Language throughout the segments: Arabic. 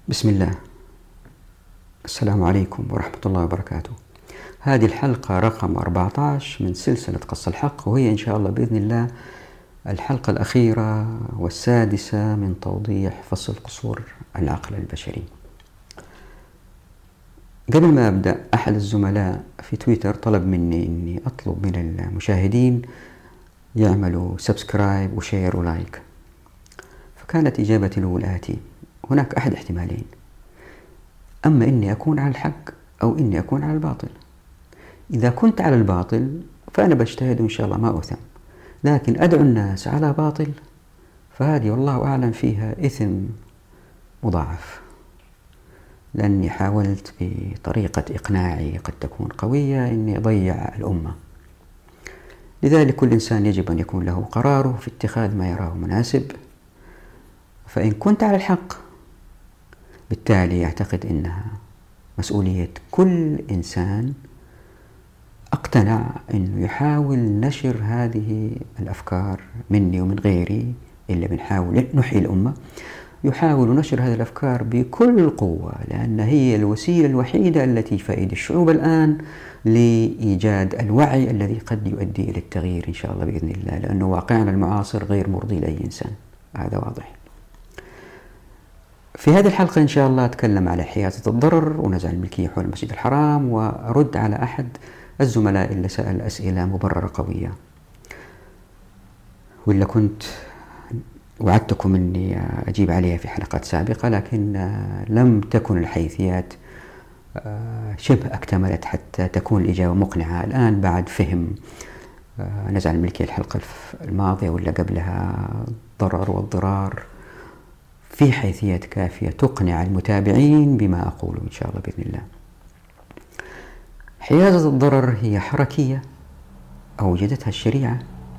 بسم الله. السلام عليكم ورحمة الله وبركاته. هذه الحلقة رقم 14 من سلسلة قص الحق، وهي إن شاء الله بإذن الله الحلقة الأخيرة والسادسة من توضيح فصل قصور العقل البشري. قبل ما أبدأ، أحد الزملاء في تويتر طلب مني أني أطلب من المشاهدين يعملوا سبسكرايب وشير ولايك، فكانت إجابتي له الآتي: هناك أحد احتمالين، أما إني أكون على الحق أو إني أكون على الباطل. إذا كنت على الباطل فأنا بجتهد وإن شاء الله ما أثم، لكن أدعو الناس على باطل فهذه والله أعلم فيها إثم مضاعف، لأني حاولت بطريقة إقناعي قد تكون قوية إني أضيع الأمة. لذلك كل إنسان يجب أن يكون له قراره في اتخاذ ما يراه مناسب، فإن كنت على الحق بالتالي أعتقد أنها مسؤولية كل إنسان اقتنع أنه يحاول نشر هذه الأفكار مني ومن غيري إلا بنحاول نحيي الأمة، يحاول نشر هذه الأفكار بكل قوة، لأن هي الوسيلة الوحيدة التي فائد الشعوب الآن لإيجاد الوعي الذي قد يؤدي إلى التغيير إن شاء الله بإذن الله، لأنه واقعنا المعاصر غير مرضي لأي إنسان، هذا واضح. في هذه الحلقة إن شاء الله أتكلم على حيازة الضرر ونزع الملكية حول المسجد الحرام، وأرد على أحد الزملاء اللي سأل أسئلة مبررة قوية، واللي كنت وعدتكم أني أجيب عليها في حلقات سابقة، لكن لم تكن الحيثيات شبه اكتملت حتى تكون الإجابة مقنعة الآن بعد فهم نزع الملكية الحلقة الماضية ولا قبلها الضرر والضرار في حيثيات كافية تقنع المتابعين بما أقوله إن شاء الله بإذن الله. حيازة الضرر هي حركية أوجدتها الشريعة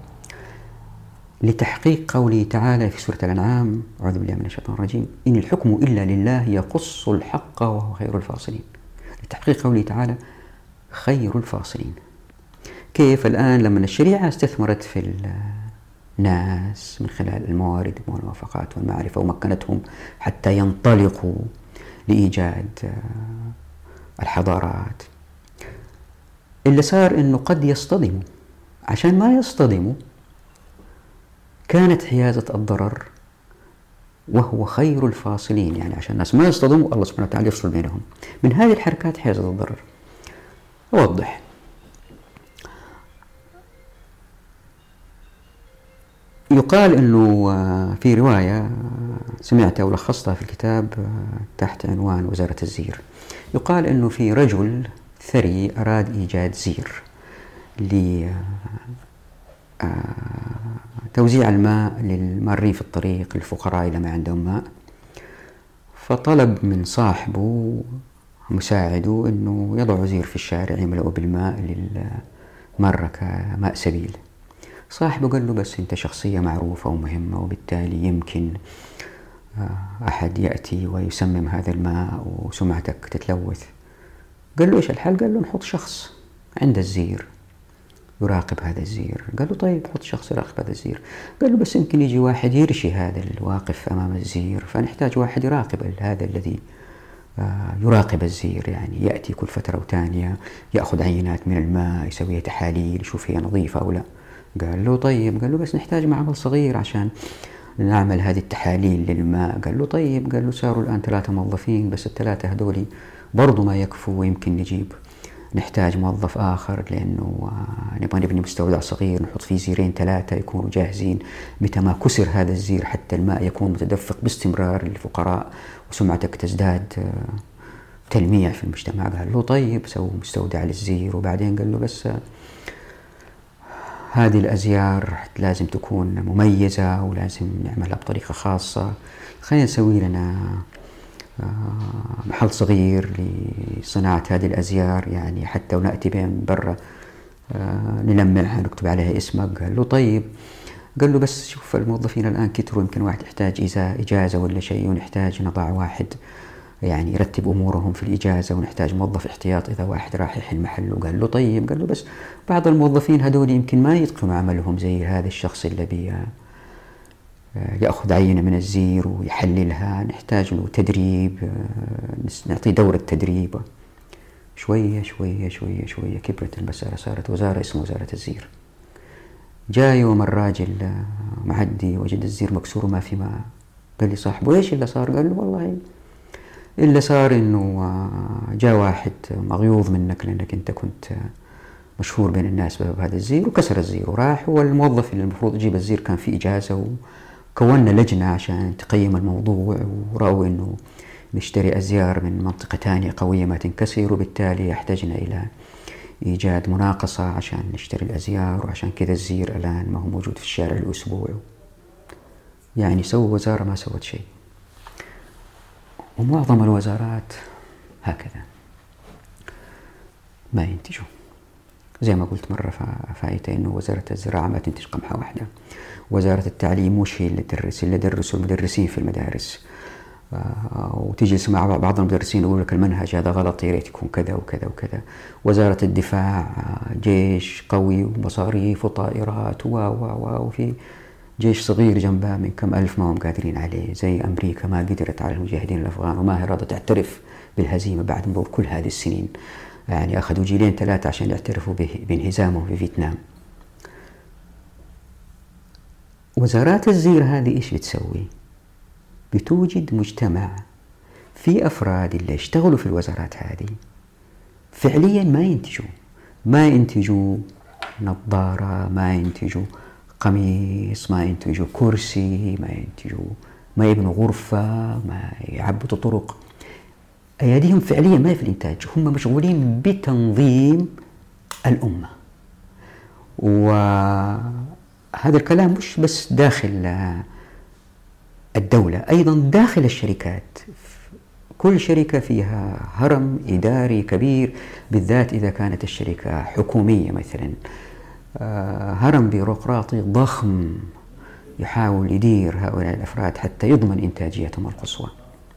لتحقيق قوله تعالى في سورة الأنعام: أعوذ بالله من الشيطان الرجيم، إن الحكم إلا لله يقص الحق وهو خير الفاصلين. لتحقيق قوله تعالى خير الفاصلين. كيف الآن لما الشريعة استثمرت في الناس من خلال الموارد والموافقات والمعرفة ومكنتهم حتى ينطلقوا لإيجاد الحضارات، اللي صار إنه قد يصطدموا. عشان ما يصطدموا كانت حيازة الضرر وهو خير الفاصلين، يعني عشان الناس ما يصطدموا الله سبحانه وتعالى يفصل بينهم. من هذه الحركات حيازة الضرر. أوضح. يقال أنه في رواية سمعتها ولخصتها في الكتاب تحت عنوان وزارة الزير، يقال أنه في رجل ثري أراد إيجاد زير لتوزيع الماء للمارين في الطريق، الفقراء اللي ما عندهم ماء، فطلب من صاحبه مساعده أنه يضع زير في الشارع يملأه بالماء للمرة كماء سبيل. صاحبه قال له: بس أنت شخصية معروفة ومهمة وبالتالي يمكن أحد يأتي ويسمم هذا الماء وسمعتك تتلوث. قال له: إيش الحل؟ قال له: نحط شخص عند الزير يراقب هذا الزير. قال له: طيب حط شخص يراقب هذا الزير. قال له: بس يمكن يجي واحد يرشي هذا الواقف أمام الزير، فنحتاج واحد يراقب هذا الذي يراقب الزير، يعني يأتي كل فترة وتانية يأخذ عينات من الماء يسويها تحاليل يشوف هي نظيفة أو لا. قال له: طيب. قال له: بس نحتاج معمل صغير عشان نعمل هذه التحاليل للماء. قال له: طيب. قال له: صاروا الآن 3 موظفين، بس ال3 هذولي برضو ما يكفوا، ويمكن نحتاج موظف آخر، لأنه نبغى نبني مستودع صغير نحط فيه زيرين 3 يكونوا جاهزين متى ما كسر هذا الزير، حتى الماء يكون متدفق باستمرار للفقراء وسمعتك تزداد تلميع في المجتمع. قال له: طيب. سووا مستودع للزير. وبعدين قال له: بس هذه الأزيار لازم تكون مميزة ولازم نعملها بطريقة خاصة، خلينا نسوي لنا محل صغير لصناعة هذه الأزيار، يعني حتى ونأتي بها من برا نلمعها نكتب عليها اسمك. قال له: طيب. قال له: بس شوف الموظفين الآن كتروا، يمكن واحد يحتاج إجازة ولا شيء، ونحتاج نضع واحد يعني يرتب أمورهم في الإجازة، ونحتاج موظف احتياط إذا واحد راح يحل محله. قال له: طيب. قال له: بس بعض الموظفين هذول يمكن ما يتقنوا عملهم زي هذا الشخص اللي يأخذ عينة من الزير ويحللها، نحتاج له تدريب، نعطيه دورة تدريب. شوية شوية شوية شوية كبرت المسألة، صارت وزارة اسمها وزارة الزير. جاء يوم الراجل معدي وجد الزير مكسور وما في ماء، قال لي صاحبه ايش اللي صار؟ قال له والله اللي صار انه جاء واحد مغيوظ منك لانك انت كنت مشهور بين الناس بهذا الزير، وكسر الزير وراح، والموظف اللي المفروض يجيب الزير كان في إجازة، وكونا لجنة عشان تقيم الموضوع، ورأوا إنه نشتري أزيار من منطقة تانية قوية ما تنكسر، وبالتالي احتجنا إلى إيجاد مناقصة عشان نشتري الأزيار، وعشان كذا الزير الآن ما هو موجود في الشارع الأسبوع. يعني سووا وزارة ما سوت شيء. ومعظم الوزارات هكذا ما ينتجوا. زي ما قلت مرة فايتة إنه وزارة الزراعة ما تنتج قمحة واحدة، وزارة التعليم مش هي اللي تدرس، اللي درسوا المدرسين في المدارس، وتجلس مع بعض المدرسين يقول لك المنهج هذا غلط، يا ريت يكون كذا وكذا وكذا. وزارة الدفاع جيش قوي ومصاريف وطائرات وفي جيش صغير جنبها من كم ألف ما هم قادرين عليه، زي أمريكا ما قدرت على المجاهدين الأفغان، وما هي راضية تعترف بالهزيمة بعد مرور كل هذه السنين. يعني أخذوا جيلين 3 عشان يعترفوا بانهزامهم في فيتنام. وزارات الزير هذه إيش بتسوي؟ بتوجد مجتمع في أفراد اللي يشتغلوا في الوزارات هذه فعليا ما ينتجوا نظارة، ما ينتجوا قميص، ما ينتجوا كرسي، ما يبنوا غرفة، ما يعبدوا طرق. أيديهم فعليا ما في الإنتاج، هم مشغولين بتنظيم الأمة. وهذا الكلام مش بس داخل الدولة، أيضا داخل الشركات. كل شركة فيها هرم إداري كبير، بالذات إذا كانت الشركة حكومية مثلا، هرم بيروقراطي ضخم يحاول يدير هؤلاء الأفراد حتى يضمن إنتاجيتهم القصوى.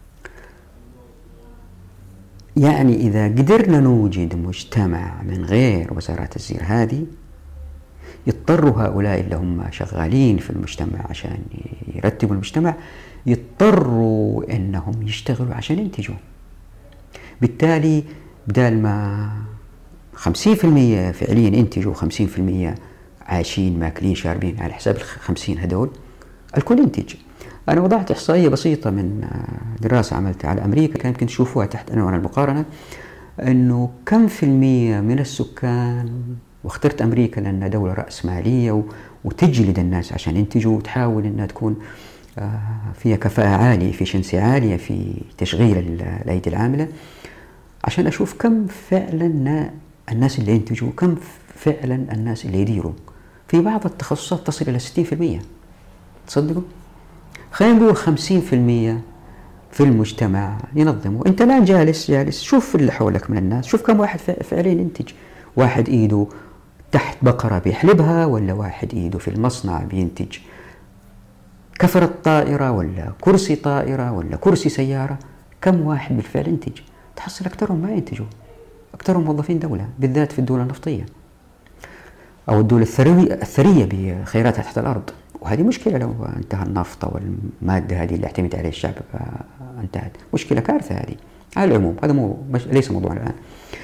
يعني إذا قدرنا نوجد مجتمع من غير وزارات الزير هذه، يضطروا هؤلاء اللي هم شغالين في المجتمع عشان يرتبوا المجتمع يضطروا إنهم يشتغلوا عشان ينتجوا. بالتالي بدال ما 50% فعليا ينتجوا 50% عايشين ماكلين شاربين على حساب 50 هدول، الكل ينتج. أنا وضعت إحصائية بسيطة من دراسة عملتها على أمريكا، كان يمكن تشوفوها تحت عنوان المقارنة، أنه كم في المية من السكان، واخترت أمريكا لأنها دولة رأسمالية وتجلد الناس عشان ينتجوا، وتحاول أنها تكون فيها كفاءة عالية، efficiency عالية في تشغيل الأيدي العاملة، عشان أشوف كم فعلا الناس اللي ينتجوا، كم فعلا الناس اللي يديروا. في بعض التخصصات تصل إلى 60%. تصدقوا؟ خلينا نقول 50% في المجتمع ينظموا. أنت الآن جالس شوف اللي حولك من الناس، شوف كم واحد فعليا ينتج. واحد إيده تحت بقرة بيحلبها، ولا واحد إيده في المصنع بينتج كفرة طائرة، ولا كرسي طائرة، ولا كرسي سيارة. كم واحد بالفعل ينتج؟ تحصل أكثرهم ما ينتجوا، أكثرهم موظفين دولة، بالذات في الدول النفطية أو الدول الثرية بخيراتها تحت الأرض. وهذه مشكلة، لو انتهى النفط والمادة هذه اللي اعتمد عليها الشعب انتهت، مشكلة، كارثة هذه. على العموم هذا ليس موضوعنا الآن.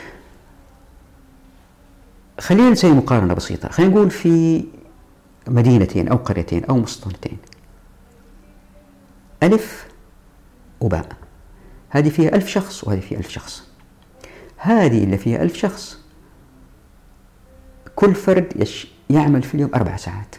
خلينا نسوي مقارنة بسيطة. خلينا نقول في مدينتين أو قريتين أو مسطنتين، ألف وباء. هذه فيها 1000 شخص وهذه فيها 1000 شخص. هذه اللي فيها 1000 شخص كل فرد يعمل في اليوم 4 ساعات،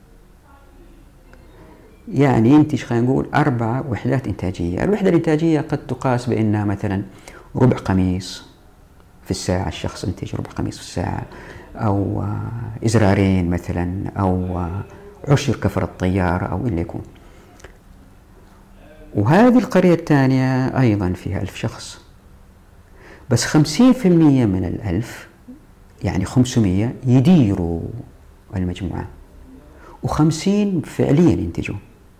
يعني ينتج خلينا نقول 4 وحدات إنتاجية. الوحدة الإنتاجية قد تقاس بأنها مثلا ربع قميص في الساعة، الشخص ينتج ربع قميص في الساعة، أو إزرارين مثلا، أو 10 كفرة طيارة، أو إلا يكون. وهذه القرية الثانية أيضا فيها 1000 شخص، بس 50% من 1000 يعني 500 يديروا المجموعة، و50 فعليا ينتجوا.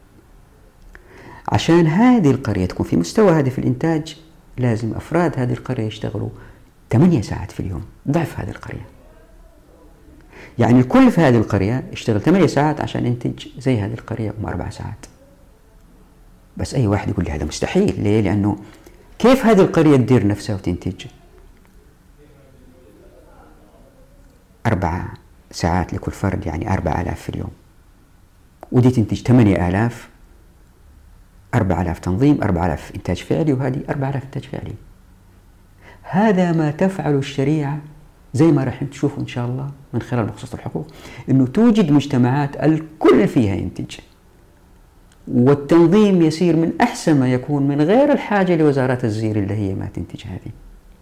عشان هذه القرية تكون في مستوى هذا في الإنتاج، لازم أفراد هذه القرية يشتغلوا 8 ساعات في اليوم، ضعف هذه القرية. يعني الكل في هذه القرية يشتغل 8 ساعات عشان ينتج زي هذه القرية 4 ساعات. بس أي واحد يقول لي هذا مستحيل. ليه؟ لأنه كيف هذه القرية تدير نفسها وتنتج 4 ساعات لكل فرد، يعني 4000 في اليوم، ودي تنتج 8000، 4000 تنظيم، 4000 إنتاج فعلي، وهذه 4000 إنتاج فعلي. هذا ما تفعل الشريعة، زي ما راح تشوفوا إن شاء الله من خلال مخصص الحقوق، إنه توجد مجتمعات الكل فيها ينتج، والتنظيم يسير من أحسن ما يكون من غير الحاجة لوزارات الزير اللي هي ما تنتج هذه.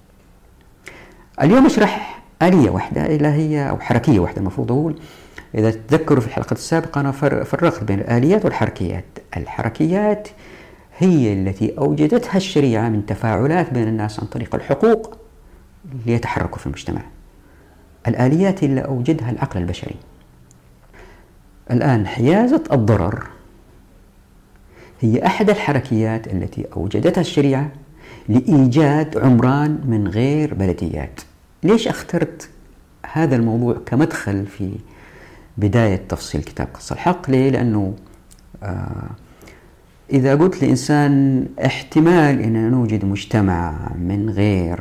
اليوم أشرح آلية واحدة اللي هي، أو حركية واحدة المفروض أقول. إذا تذكروا في الحلقة السابقة أنا فرقت بين الآليات والحركيات. الحركيات هي التي أوجدتها الشريعة من تفاعلات بين الناس عن طريق الحقوق ليتحركوا في المجتمع. الآليات اللي أوجدها العقل البشري. الآن حيازة الضرر هي أحد الحركيات التي أوجدتها الشريعة لإيجاد عمران من غير بلديات. ليش اخترت هذا الموضوع كمدخل في بداية تفصيل كتاب قص الحق؟ ليه؟ لأنه إذا قلت لإنسان احتمال أن نوجد مجتمع من غير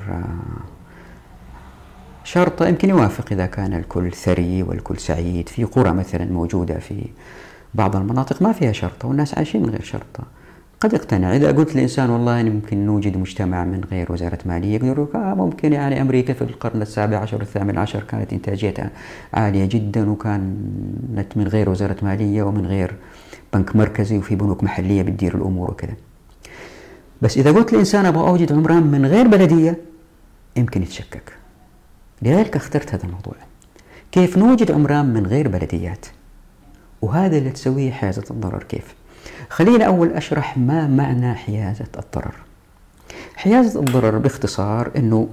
شرطة، يمكن يوافق إذا كان الكل ثري والكل سعيد. في قرى مثلا موجودة في بعض المناطق ما فيها شرطة والناس عايشين من غير شرطة، قد يقتنع. إذا قلت لإنسان والله ممكن نوجد مجتمع من غير وزارة مالية، يقول لك ممكن. يعني أمريكا في القرن السابع عشر والثامن عشر كانت إنتاجيتها عالية جدا، وكانت من غير وزارة مالية ومن غير بنك مركزي، وفي بنوك محلية بتدير الأمور وكذا. بس إذا قلت لإنسان أبغى أوجد عمران من غير بلدية، يمكن يتشكك. لذلك اخترت هذا الموضوع، كيف نوجد عمران من غير بلديات، وهذا اللي تسويه حيازة الضرر. كيف؟ خلينا أول أشرح ما معنى حيازة الضرر. حيازة الضرر باختصار أنه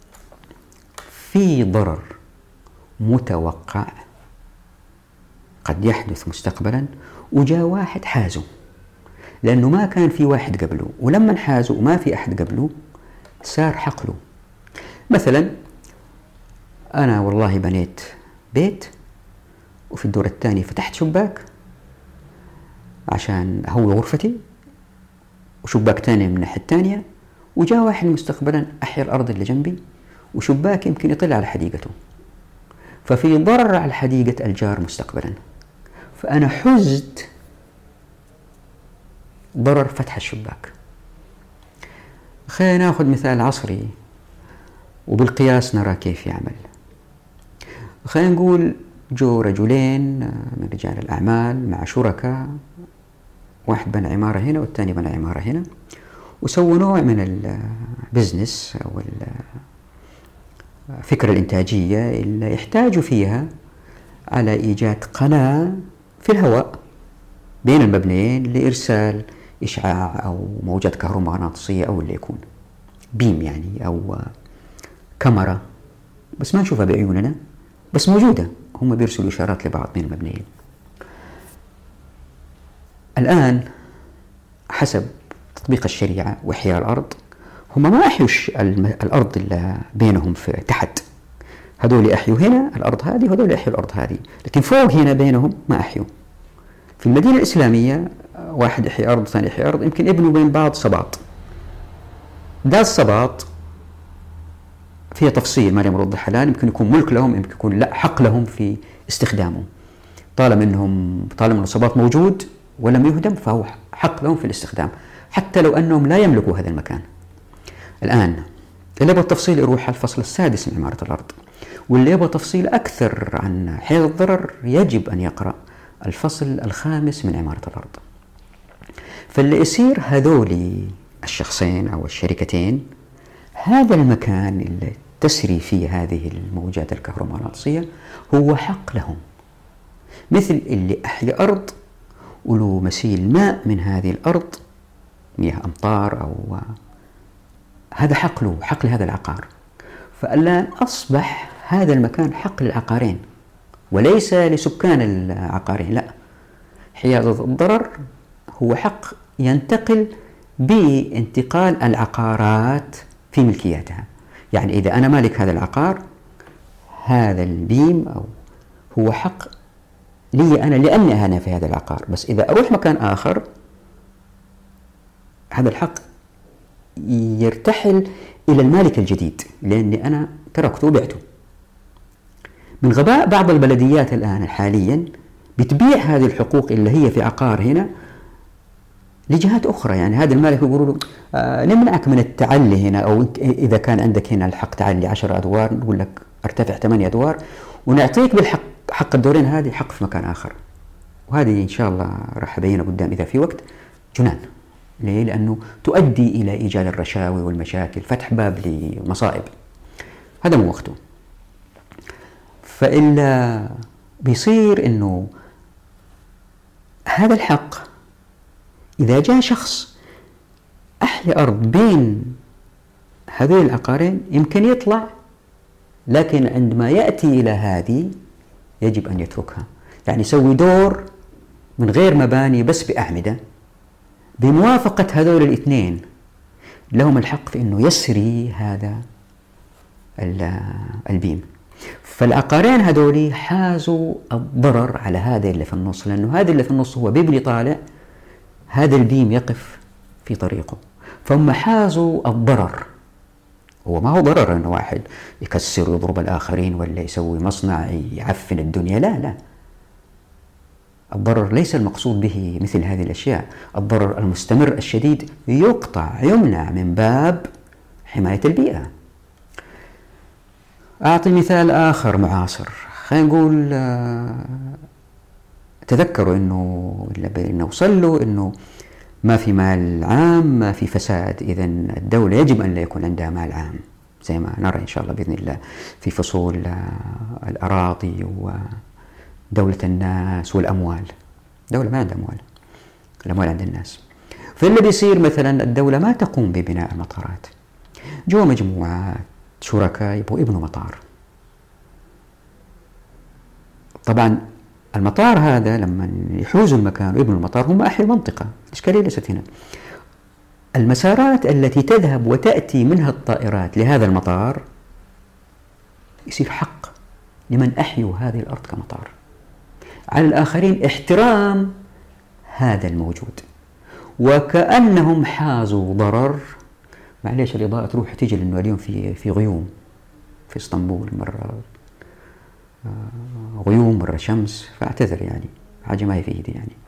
في ضرر متوقع قد يحدث مستقبلا، وجاء واحد حازه لأنه ما كان في واحد قبله، ولما حازه وما في أحد قبله صار حقله. مثلا أنا والله بنيت بيت، وفي الدور الثاني فتحت شباك عشان أهوي غرفتي، وشباك تاني من الناحية الثانية، وجاء واحد مستقبلا أحيا الأرض اللي جنبي، وشباك يمكن يطلع على حديقته، ففي ضرر على حديقة الجار مستقبلا. فأنا حزت ضرر فتح الشباك. خلينا ناخذ مثال عصري وبالقياس نرى كيف يعمل. خلينا نقول جو رجلين من رجال الأعمال مع شركاء، واحد بنى عمارة هنا والثاني بنى عمارة هنا، وسووا نوع من البزنس أو الفكرة الإنتاجية اللي يحتاجوا فيها على إيجاد قناة في الهواء بين المبنيين لإرسال إشعاع أو موجات كهرومغناطيسية أو اللي يكون بيم يعني، أو كاميرا بس ما نشوفها بعيوننا، بس موجودة. هم بيرسلوا إشارات لبعض بين المبنيين. الآن حسب تطبيق الشريعة وإحياء الأرض، هم ما أحيوش الأرض اللي بينهم في تحت، هذول أحيوا هنا الأرض هذه وهذول أحيوا الأرض هذه، لكن فوق هنا بينهم ما أحيوا. في المدينة الإسلامية واحد يحيي أرض ثاني يحيي أرض، يمكن يبنوا بين بعض صباط. ده الصباط فيه تفصيل ما يمرض الحلال، يمكن يكون ملك لهم، يمكن يكون لا حق لهم في استخدامه، طالما أن الصباط موجود ولم يهدم فهو حق لهم في الاستخدام، حتى لو أنهم لا يملكوا هذا المكان. الآن اللي يبغى التفصيل يروح على الفصل السادس من عمارة الأرض، واللي يبغى تفصيل أكثر عن حيازة الضرر يجب أن يقرأ الفصل الخامس من عمارة الأرض. فاللي يصير هذول الشخصين أو الشركتين، هذا المكان اللي تسري فيه هذه الموجات الكهرومغناطيسية هو حق لهم، مثل اللي أحيا أرض وله مسيل ماء من هذه الأرض، مياه أمطار أو هذا حق له، حق لهذا العقار. فالآن أصبح هذا المكان حق للعقارين وليس لسكان العقارين، لا، حيازة الضرر هو حق ينتقل بانتقال العقارات في ملكياتها. يعني إذا أنا مالك هذا العقار، هذا البيم أو هو حق لي أنا لأني أنا في هذا العقار، بس إذا أروح مكان آخر هذا الحق يرتحل إلى المالك الجديد لأني أنا تركته وبعته. من غباء بعض البلديات الآن حاليا بتبيع هذه الحقوق اللي هي في عقار هنا لجهات أخرى. يعني هذا المالك يقولوا له نمنعك من التعلي هنا، أو إذا كان عندك هنا الحق تعلي 10 أدوار نقول لك ارتفع 8 أدوار ونعطيك بالحق حق الدورين هذه حق في مكان آخر. وهذه إن شاء الله راح أبينها قدام إذا في وقت. جنان. ليه؟ لأنه تؤدي إلى إيجاد الرشاوي والمشاكل، فتح باب لمصائب. هذا مو وقته. فإلا بيصير إنه هذا الحق إذا جاء شخص أحلى أرض بين هذين العقارين يمكن يطلع، لكن عندما يأتي إلى هذه يجب أن يتركها. يعني يسوي دور من غير مباني بس بأعمدة بموافقة هذول الاثنين، لهم الحق في أنه يسري هذا البيم. فالعقارين هذول حازوا الضرر على هذا اللي في النص، لأنه هذا اللي في النص هو بيبني طالع، هذا البيم يقف في طريقه، فهم حازوا الضرر. هو ما هو ضرر أنه واحد يكسر ويضرب الآخرين ولا يسوي مصنع يعفن الدنيا، لا لا، الضرر ليس المقصود به مثل هذه الأشياء. الضرر المستمر الشديد يقطع يمنع من باب حماية البيئة. أعطي مثال آخر معاصر. خلينا نقول تذكروا إنه وصل له إنه ما في مال عام، ما في فساد. إذن الدولة يجب أن لا يكون عندها مال عام، زي ما نرى إن شاء الله بإذن الله في فصول الأراضي ودولة الناس والأموال. دولة ما عندها أموال، الأموال عند الناس. فاللي بيصير مثلا الدولة ما تقوم ببناء المطارات، جو مجموعات شركاء يبغوا يبنوا مطار. طبعا المطار هذا لما يحوزوا المكان ويبنوا المطار هم أحيوا المنطقة، الإشكالية ليست هنا. المسارات التي تذهب وتأتي منها الطائرات لهذا المطار يصير حق لمن أحيوا هذه الأرض كمطار، على الآخرين احترام هذا الموجود، وكأنهم حازوا ضرر. معليش الإضاءة تروح تيجي لأنه اليوم في غيوم في اسطنبول، مرة غيوم مرة شمس، فاعتذر يعني، حاجة ما هي في إيدي يعني.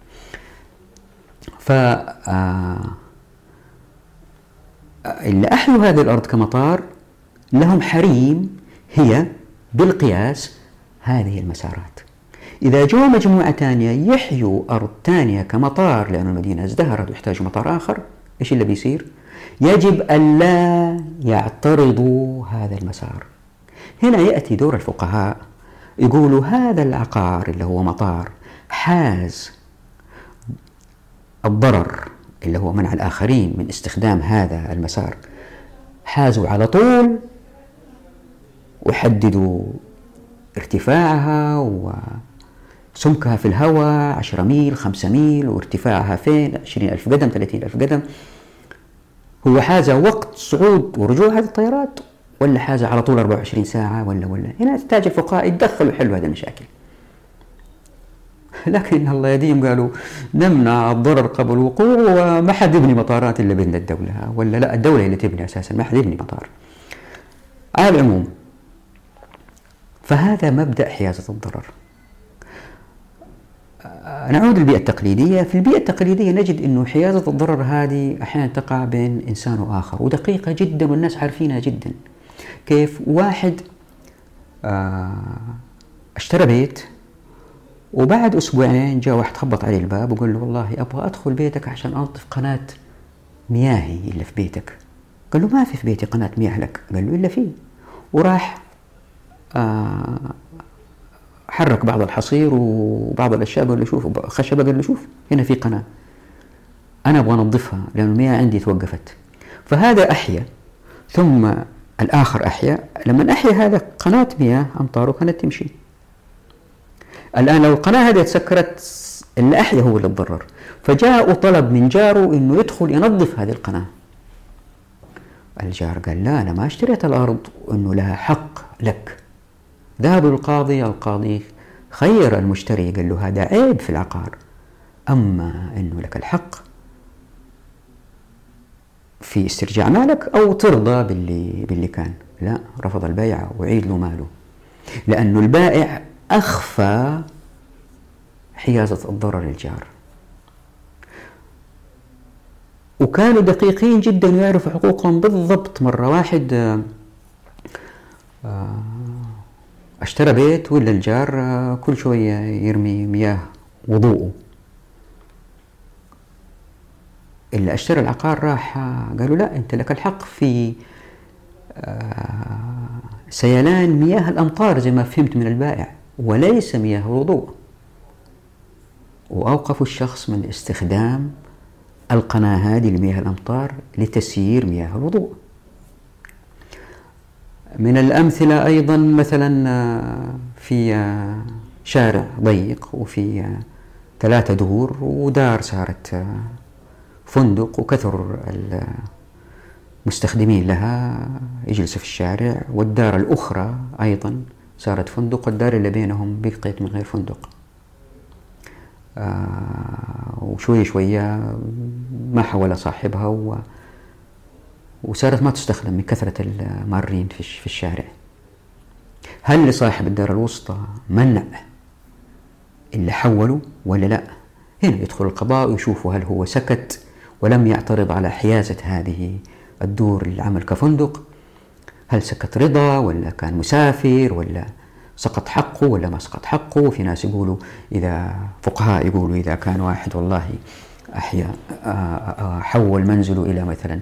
اللي أحيوا هذه الأرض كمطار لهم حريم هي بالقياس هذه المسارات. إذا جو مجموعة تانية يحيوا أرض تانية كمطار لأن المدينة ازدهرت ويحتاجوا مطار آخر، إيش اللي بيصير؟ يجب ألا يعترضوا هذا المسار. هنا يأتي دور الفقهاء، يقولوا هذا العقار اللي هو مطار حاز الضرر اللي هو منع الآخرين من استخدام هذا المسار، حازوا على طول وحددوا ارتفاعها وسمكها في الهواء 10 ميل 5 ميل، وارتفاعها فين 20,000 قدم 30,000 قدم. هو حازة وقت صعود ورجوع هذه الطيارات ولا حازة على طول 24 ساعة ولا هنا تحتاج الفقهاء يتدخلوا يحلوا هذه المشاكل. لكن الله يديم قالوا نمنع الضرر قبل وقوعه، وما حد يبني مطارات إلا بإذن الدولة، ولا لا الدولة اللي تبني أساسا، ما حد يبني مطار. على العموم فهذا مبدأ حيازة الضرر. نعود للبيئة التقليدية. في البيئة التقليدية نجد أنه حيازة الضرر هذه أحيانا تقع بين إنسان وآخر، ودقيقة جدا والناس عارفينها جدا. كيف واحد اشترى بيت وبعد أسبوعين جاء واحد خبط عليه الباب وقال له والله أبغى أدخل بيتك عشان أنظف قناة مياهي اللي في بيتك. قال له ما في بيتي قناة مياه لك. قال له إلا فيه. وراح حرك بعض الحصير وبعض الأشياء، قال له شوف خشبة، قال له شوف هنا في قناة أنا أبغى أنظفها لأن المياه عندي توقفت. فهذا أحيا، ثم الآخر أحيا. لما أحيا هذا قناة مياه أمطاره كانت تمشي. الآن لو القناة هذه تسكرت اللي أحيا هو اللي تضرر. فجاء طلب من جاره إنه يدخل ينظف هذه القناة. الجار قال لا أنا ما اشتريت الأرض وإنه لها حق لك. ذهب للقاضي، القاضي خير المشتري قال له هذا عيب في العقار، أما أنه لك الحق في استرجاع مالك أو ترضى باللي كان، لا، رفض البيع وعيد له ماله، لأنه البائع أخفى حيازة الضرر للجار، وكانوا دقيقين جدا ويعرفوا حقوقهم بالضبط. مرة واحد اشترى بيت ولا الجار كل شوية يرمي مياه وضوءه، اللي اشترى العقار راح قالوا لا، انت لك الحق في سيلان مياه الأمطار زي ما فهمت من البائع وليس مياه الوضوء، وأوقفوا الشخص من استخدام القناة هذه لمياه الأمطار لتسيير مياه الوضوء. من الأمثلة أيضا مثلا في شارع ضيق وفي 3 دور ودار صارت فندق، وكثر المستخدمين لها يجلسوا في الشارع، والدار الأخرى أيضا صارت فندق، والدار اللي بينهم بقيت من غير فندق. وشوية شوية ما حول صاحبها وصارت ما تستخدم من كثرة المارين في الشارع. هل لصاحب الدار الوسطى منع اللي حولوا ولا لا؟ هنا يدخل القضاء ويشوفوا هل هو سكت ولم يعترض على حيازة هذه الدور للعمل كفندق، هل سكت رضا ولا كان مسافر ولا سقط حقه ولا ما سقط حقه. في ناس يقولوا إذا فقهاء يقولوا إذا كان واحد والله حول منزله إلى مثلا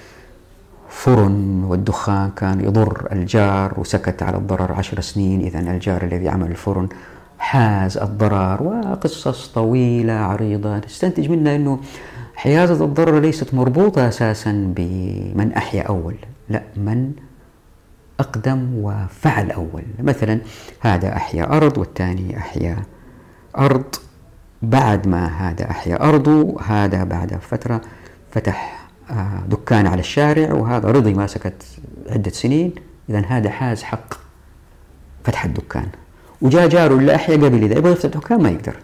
فرن والدخان كان يضر الجار وسكت على الضرر 10 سنين، إذن الجار الذي عمل الفرن حاز الضرر، وقصص طويلة عريضة نستنتج منها أنه حيازة الضرر ليست مربوطة أساسا بمن أحيا أول، لا، من أقدم وفعل أول. مثلا هذا أحيا أرض والثاني أحيا أرض، بعد ما هذا أحيا أرضه هذا بعد فترة فتح دكان على الشارع، وهذا رضي ما سكت عدة سنين، إذن هذا حاز حق فتح الدكان، وجاء جاره اللي أحيا قبل إذا يبغى يفتح دكان ما يقدر.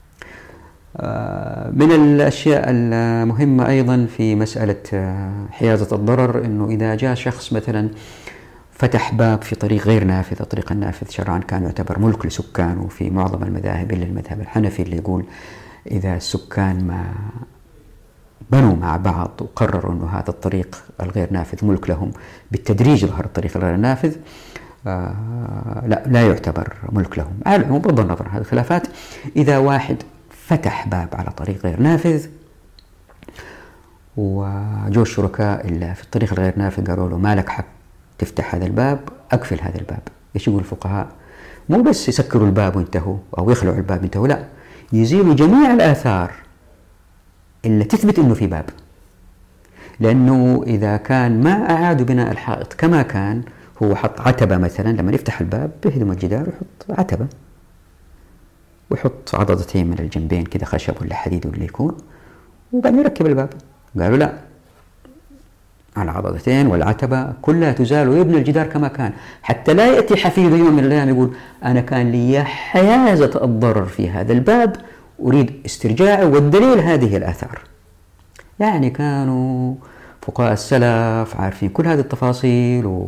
من الأشياء المهمة أيضا في مسألة حيازة الضرر أنه إذا جاء شخص مثلا فتح باب في طريق غير نافذ، الطريق النافذ شرعا كان يعتبر ملك لسكانه في معظم المذاهب إلا المذهب الحنفي اللي يقول إذا السكان ما بنوا مع بعض وقرروا أنه هذا الطريق الغير نافذ ملك لهم بالتدريج ظهر الطريق الغير نافذ، لا يعتبر ملك لهم. على العموم بغض النظر هذه الخلافات، إذا واحد فتح باب على طريق غير نافذ وجو الشركاء اللي في الطريق الغير نافذ قالوا له ما لك حق تفتح هذا الباب، أقفل هذا الباب، إيش يقول الفقهاء؟ مو بس يسكروا الباب وانتهوا أو يخلعوا الباب وانتهوا، لا، يزيلوا جميع الآثار اللي تثبت أنه في باب، لأنه إذا كان ما أعادوا بناء الحائط كما كان، هو حط عتبة مثلا، لما يفتح الباب بيهدم الجدار ويحط عتبة ويحط عضدتين من الجنبين كده خشب ولا حديد ولا يكون، وبعدين يركب الباب. قالوا لا، العضدتين والعتبة كلها تزال ويبنى الجدار كما كان، حتى لا يأتي حفيد يوم من الأيام يقول أنا كان لي حيازة الضرر في هذا الباب أريد استرجاعه، والدليل هذه الآثار. يعني كانوا فقهاء السلف عارفين كل هذه التفاصيل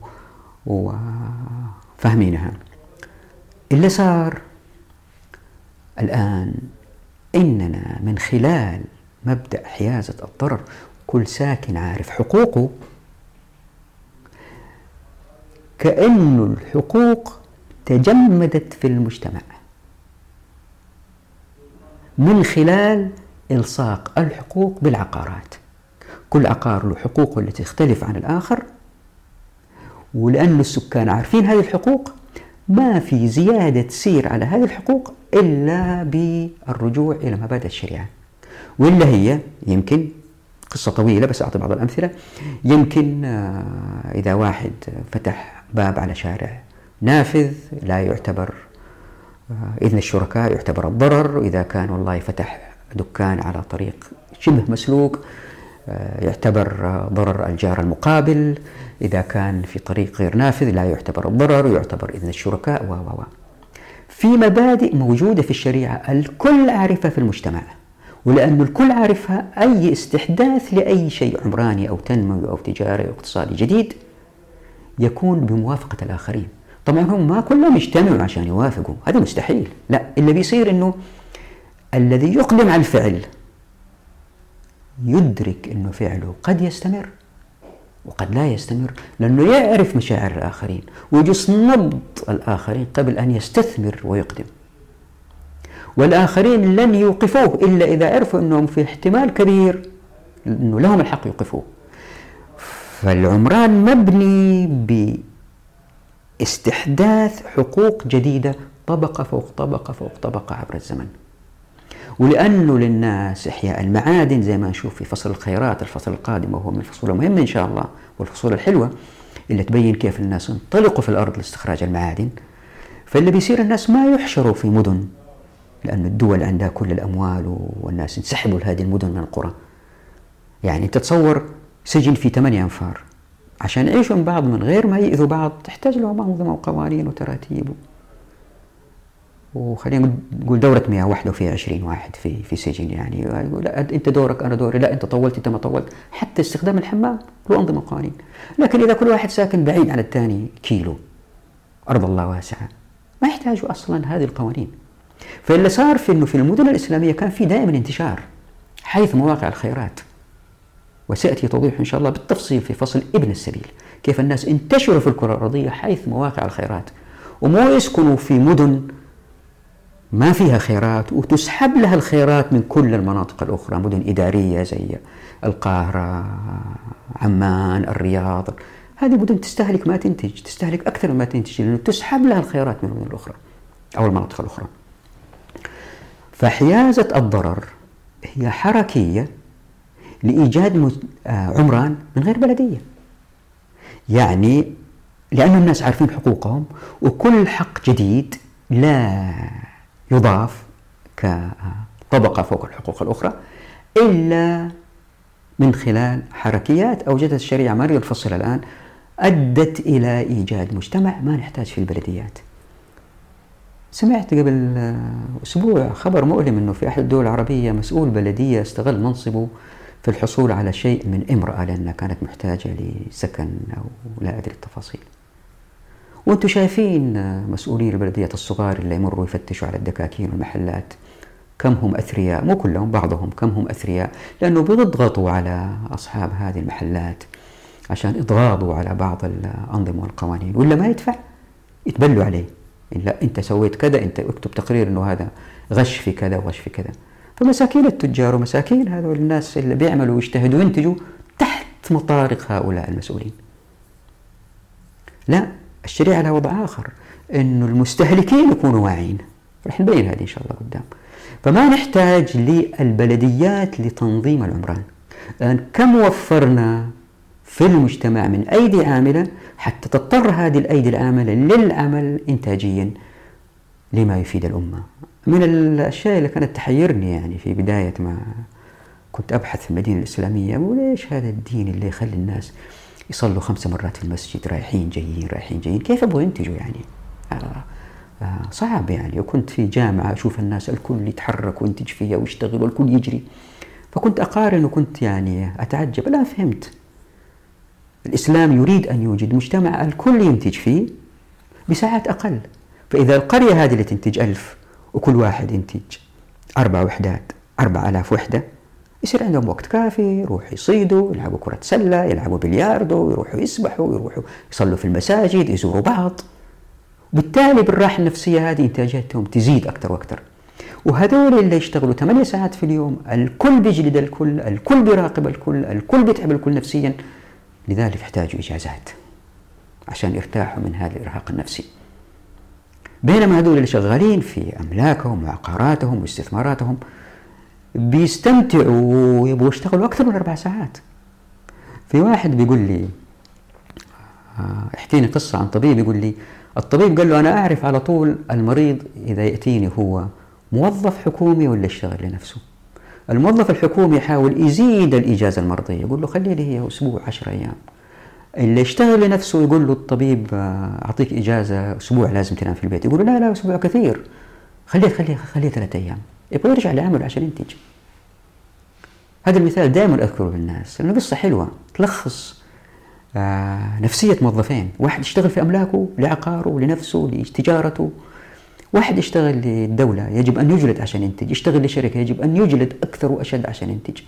وفاهمينها. اللي صار الآن إننا من خلال مبدأ حيازة الضرر كل ساكن عارف حقوقه، كأن الحقوق تجمدت في المجتمع من خلال إلصاق الحقوق بالعقارات. كل عقار له حقوقه التي تختلف عن الآخر، ولأن السكان عارفين هذه الحقوق ما في زيادة تسير على هذه الحقوق إلا بالرجوع إلى مبادئ الشريعة، وإلا هي يمكن قصة طويلة بس أعطي بعض الأمثلة. يمكن إذا واحد فتح باب على شارع نافذ لا يعتبر إذن الشركاء، يعتبر الضرر. إذا كان والله فتح دكان على طريق شبه مسلوك يعتبر ضرر الجار المقابل. إذا كان في طريق غير نافذ لا يعتبر الضرر ويعتبر إذن الشركاء في مبادئ موجودة في الشريعة الكل عارفها في المجتمع، ولأن الكل عارفها أي استحداث لأي شيء عمراني أو تنموي أو تجاري أو اقتصادي جديد يكون بموافقة الآخرين. طبعا هم ما كلهم يجتمعوا عشان يوافقوا، هذا مستحيل. لا، اللي بيصير أنه الذي يقدم على الفعل يدرك أنه فعله قد يستمر وقد لا يستمر، لأنه يعرف مشاعر الآخرين ويجس نبض الآخرين قبل أن يستثمر ويقدم. والآخرين لن يوقفوه إلا إذا عرفوا أنهم في احتمال كبير أنه لهم الحق يوقفوه. فالعمران مبني باستحداث حقوق جديدة طبقة فوق طبقة فوق طبقة عبر الزمن. ولأنه للناس إحياء المعادن زي ما نشوف في فصل الخيرات الفصل القادم، وهو من الفصول المهمة إن شاء الله والفصول الحلوة اللي تبين كيف الناس انطلقوا في الأرض لاستخراج المعادن. فاللي بيصير الناس ما يحشروا في مدن، لأن الدول عندها كل الأموال والناس انسحبوا لهذه المدن من القرى. يعني تتصور سجن في 8 أنفار عشان يعيشوا من بعض من غير ما يؤذوا بعض، تحتاج له أنظمة وقوانين وتراتيب. وخلينا نقول دورة مياه واحدة وفيها 20 واحد في سجن، يعني لا أنت دورك أنا دوري، لا أنت طولت أنت ما طولت. حتى استخدام الحمام له أنظمة وقوانين. لكن إذا كل واحد ساكن بعيد عن الثاني كيلو، أرض الله واسعة، ما يحتاجوا أصلا هذه القوانين. فاللي صار في أنه في المدن الإسلامية كان في دائما انتشار حيث مواقع الخيرات، وسيأتي توضيح إن شاء الله بالتفصيل في فصل ابن السبيل كيف الناس انتشروا في الكرة الأرضية حيث مواقع الخيرات، ومو يسكنوا في مدن ما فيها خيرات وتسحب لها الخيرات من كل المناطق الأخرى، مدن إدارية زي القاهرة، عمان، الرياض. هذه مدن تستهلك ما تنتج، تستهلك أكثر ما تنتج، لأنه تسحب لها الخيرات من المدن الأخرى أو المناطق الأخرى. فحيازة الضرر هي حركية لإيجاد عمران من غير بلدية، يعني لأن الناس عارفين حقوقهم، وكل حق جديد لا يضاف كطبقة فوق الحقوق الأخرى إلا من خلال حركيات أوجدت الشريعة ما نريد نفصلها الآن، أدت إلى إيجاد مجتمع ما نحتاج فيه البلديات. سمعت قبل أسبوع خبر مؤلم أنه في أحد الدول العربية مسؤول بلدية استغل منصبه في الحصول على شيء من امرأة لأنها كانت محتاجة لسكن أو لا أدري التفاصيل. وأنتم شايفين مسؤولين البلديات الصغار اللي يمروا يفتشوا على الدكاكين والمحلات كم هم أثرياء، مو كلهم بعضهم، كم هم أثرياء، لأنه بيضغطوا على أصحاب هذه المحلات عشان يضغطوا على بعض الأنظمة والقوانين، ولا ما يدفع يتبلوا عليه. لا أنت سويت كذا، أنت اكتب تقرير أنه هذا غش في كذا وغش في كذا. فمساكين التجار ومساكين هذول الناس اللي بيعملوا ويجتهدوا وينتجوا تحت مطارق هؤلاء المسؤولين. لا، الشريعة لها وضع آخر، أنه المستهلكين يكونوا واعين. رح نبين هذه إن شاء الله قدام. فما نحتاج للبلديات لتنظيم العمران، لأن كم وفرنا في المجتمع من أيدي عاملة حتى تضطر هذه الأيدي العاملة للعمل إنتاجيا لما يفيد الأمة. من الأشياء اللي كانت تحيرني يعني في بداية ما كنت أبحث في المدينة الإسلامية، وليش هذا الدين اللي يخلي الناس يصلوا 5 مرات في المسجد رايحين جايين رايحين جايين، كيف أبغوا ينتجوا يعني؟ صعب يعني. وكنت في جامعة أشوف الناس الكل يتحرك وينتج فيها ويشتغل والكل يجري، فكنت أقارن وكنت يعني أتعجب. لا، فهمت الإسلام يريد أن يوجد مجتمع الكل ينتج فيه بساعات أقل. فإذا القرية هذه اللي تنتج 1000 وكل واحد ينتج 4 وحدات 4000 وحدة، يصير عندهم وقت كافي، يروحوا يصيدوا، يلعبوا كرة سلة، يلعبوا بلياردو، يروحوا يسبحوا، يروحوا يصلوا في المساجد، يزوروا بعض. بالتالي بالراحة النفسية هذه إنتاجاتهم تزيد أكثر وأكثر. وهذول اللي يشتغلوا 8 ساعات في اليوم الكل بيجلد الكل، الكل بيراقب الكل، الكل بيتعب الكل نفسيا، لذلك يحتاجوا إجازات عشان يرتاحوا من هذا الإرهاق النفسي. بينما هذول اللي شغالين في أملاكهم وعقاراتهم واستثماراتهم بيستمتعوا ويبغوا يشتغلوا أكثر من 4 ساعات. في واحد بيقول لي احكيني قصة عن طبيب، يقول لي الطبيب قال له أنا أعرف على طول المريض إذا يأتيني هو موظف حكومي ولا يشتغل لنفسه. الموظف الحكومي يحاول يزيد الإجازة المرضية، يقول له خلي لي هي أسبوع 10 أيام. اللي يشتغل لنفسه يقول له الطبيب أعطيك إجازة أسبوع لازم تنام في البيت، يقول له لا أسبوع كثير، خليه 3 أيام، يبغى يرجع لعمله عشان ينتج. هذا المثال دائما أذكره للناس لأنه قصة حلوة تلخص نفسية موظفين، واحد يشتغل في أملاكه لعقاره لنفسه لتجارته، واحد يشتغل للدولة يجب أن يجلد عشان ينتج، يشتغل لشركة يجب أن يجلد أكثر وأشد عشان ينتج.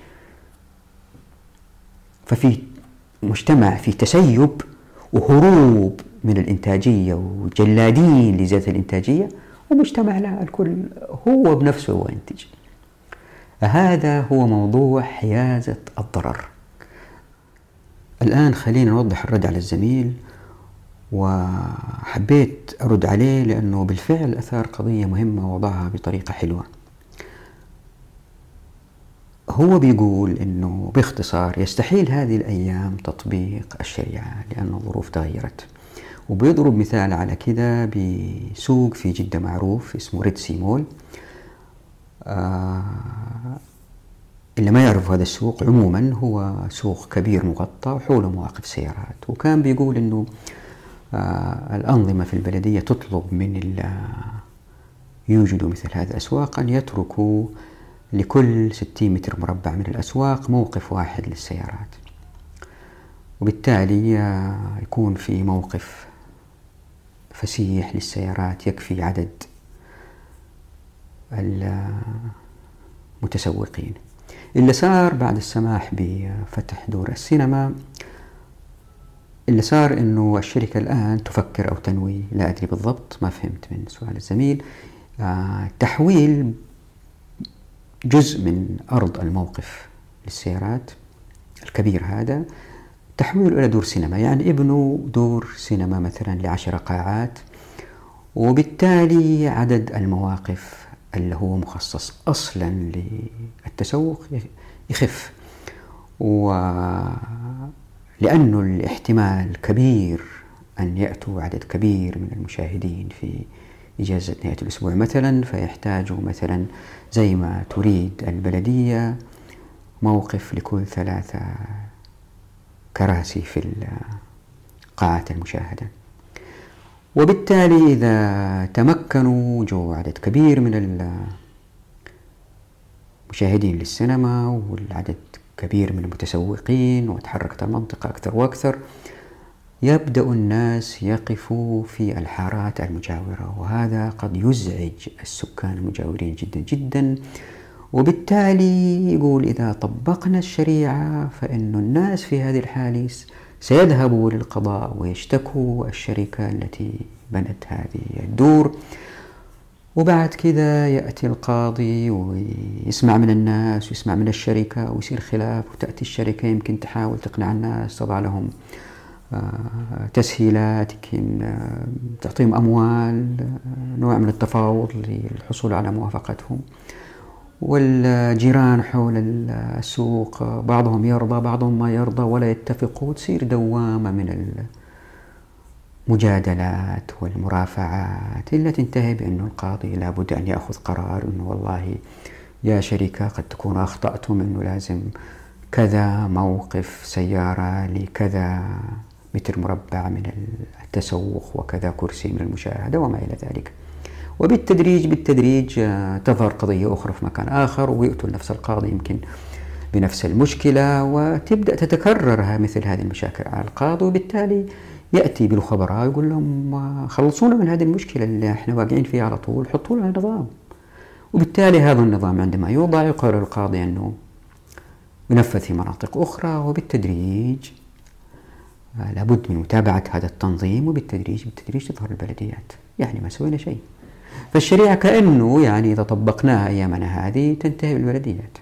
ففي مجتمع في تسيب وهروب من الإنتاجية وجلادين لذات الإنتاجية، ومجتمع لا الكل هو بنفسه هو ينتج. هذا هو موضوع حيازة الضرر. الآن خلينا نوضح الرد على الزميل، وحبيت أرد عليه لأنه بالفعل أثار قضية مهمة ووضعها بطريقة حلوة. هو بيقول إنه باختصار يستحيل هذه الأيام تطبيق الشريعة لأن الظروف تغيرت، وبيضرب مثال على كده بسوق في جدة معروف اسمه ريد سي مول. اللي ما يعرف هذا السوق عموما هو سوق كبير مغطى وحوله مواقف سيارات، وكان بيقول إنه الأنظمة في البلدية تطلب من يوجدوا مثل هذه الأسواق أن يتركوا لكل 60 متر مربع من الأسواق موقف واحد للسيارات، وبالتالي يكون في موقف فسيح للسيارات يكفي عدد المتسوقين. اللي صار بعد السماح بفتح دور السينما، اللي صار إنه الشركة الآن تفكر أو تنوي، لا أدري بالضبط ما فهمت من سؤال الزميل، تحويل جزء من أرض الموقف للسيارات الكبير هذا، تحويله إلى دور سينما، يعني يبنوا دور سينما مثلا ل10 قاعات، وبالتالي عدد المواقف اللي هو مخصص أصلا للتسوق يخف، ولأنه الاحتمال كبير أن يأتوا عدد كبير من المشاهدين في إجازة نهاية الأسبوع مثلا، فيحتاجوا مثلا زي ما تريد البلدية موقف لكل 3 كراسي في قاعات المشاهدة. وبالتالي إذا تمكنوا جو عدد كبير من المشاهدين للسينما والعدد كبير من المتسوقين وتحركت المنطقة أكثر وأكثر، يبدأ الناس يقفوا في الحارات المجاورة، وهذا قد يزعج السكان المجاورين جدا جدا. وبالتالي يقول إذا طبقنا الشريعة فإن الناس في هذه الحالة سيذهبوا للقضاء ويشتكوا الشركة التي بنت هذه الدور، وبعد كذا يأتي القاضي ويسمع من الناس ويسمع من الشركة ويصير خلاف، وتأتي الشركة يمكن تحاول تقنع الناس، تضع لهم تسهيلات، يمكن تعطيهم أموال، نوع من التفاوض للحصول على موافقتهم، والجيران حول السوق بعضهم يرضى بعضهم ما يرضى ولا يتفقوا، وتصير دوامة من المجادلات والمرافعات إلا تنتهي بأنه القاضي لابد أن يأخذ قرار أنه والله يا شركة قد تكون أخطأتم، أنه لازم كذا موقف سيارة لكذا متر مربع من التسوق وكذا كرسي من المشاهدة وما إلى ذلك. وبالتدريج تظهر قضية أخرى في مكان آخر ويأتوا نفس القاضي يمكن بنفس المشكلة، وتبدأ تتكرر مثل هذه المشاكل على القاضي، وبالتالي يأتي بالخبراء يقول لهم خلصونا من هذه المشكلة اللي احنا واقعين فيها على طول، حطوا لنا نظام. وبالتالي هذا النظام عندما يوضع يقرر القاضي أنه ينفذ في مناطق أخرى، وبالتدريج لابد من متابعة هذا التنظيم، وبالتدريج تظهر البلديات. يعني ما سوينا شيء. فالشريعة كأنه يعني إذا طبقناها أيامنا هذه تنتهي بالبلديات.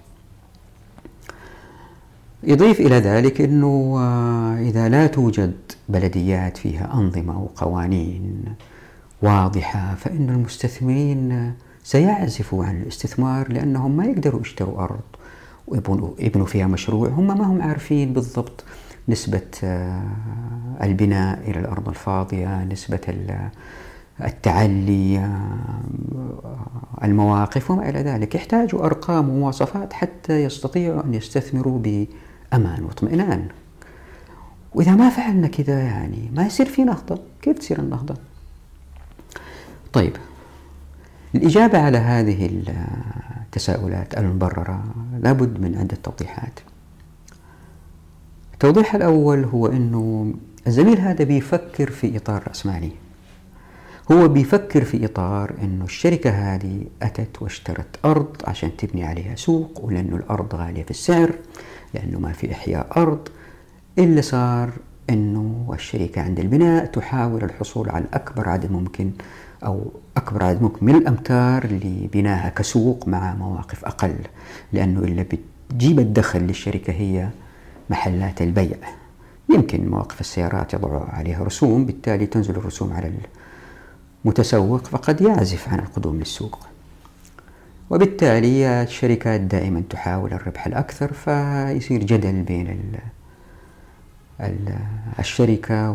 يضيف إلى ذلك أنه إذا لا توجد بلديات فيها أنظمة وقوانين واضحة فإن المستثمرين سيعزفوا عن الاستثمار، لأنهم ما يقدروا يشتروا أرض ويبنوا فيها مشروع هم ما هم عارفين بالضبط نسبة البناء إلى الأرض الفاضية، نسبة التعلي، المواقف وما إلى ذلك. يحتاجوا أرقام ومواصفات حتى يستطيعوا أن يستثمروا بأمان واطمئنان. وإذا ما فعلنا كذا يعني ما يصير في نهضة. كيف تصير النهضة؟ طيب، الإجابة على هذه التساؤلات المبررة لابد من عدة توضيحات. التوضيح الأول هو أنه الزميل هذا بيفكر في إطار رأسمالي. هو بيفكر في إطار أنه الشركة هذه أتت واشترت أرض عشان تبني عليها سوق، ولأنه الأرض غالية في السعر، لأنه ما في إحياء أرض. اللي صار أنه الشركة عند البناء تحاول الحصول على أكبر عدد ممكن أو أكبر عدد ممكن من الأمتار لبنائها كسوق مع مواقف أقل، لأنه اللي بتجيب الدخل للشركة هي محلات البيع. يمكن مواقف السيارات يضعوا عليها رسوم، بالتالي تنزل الرسوم على المتسوق فقد يعزف عن القدوم للسوق، وبالتالي الشركات دائما تحاول الربح الأكثر، فيصير جدل بين الشركة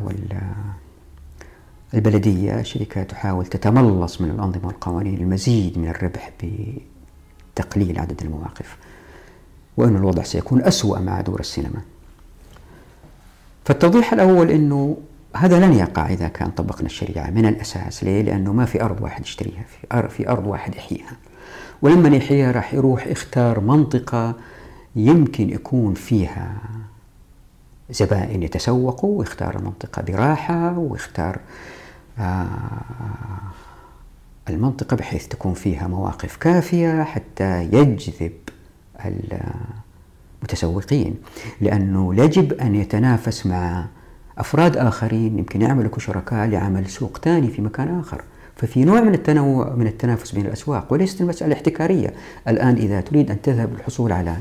والبلدية. الشركة تحاول تتملص من الأنظمة والقوانين المزيد من الربح بتقليل عدد المواقف، وأن الوضع سيكون أسوأ مع دور السينما. فالتوضيح الأول أنه هذا لن يقع إذا كان طبقنا الشريعة من الأساس. ليه؟ لأنه ما في أرض واحد يشتريها، في أرض واحد يحييها، ولما يحييها راح يروح يختار منطقة يمكن يكون فيها زبائن يتسوقوا، ويختار المنطقة براحة، ويختار المنطقة بحيث تكون فيها مواقف كافية حتى يجذب المتسوقين، لأنه يجب أن يتنافس مع أفراد آخرين يمكن يعملوا كشركاء لعمل سوق ثاني في مكان آخر. ففي نوع من التنوع من التنافس بين الأسواق، وليست المسألة احتكارية. الآن إذا تريد أن تذهب للحصول على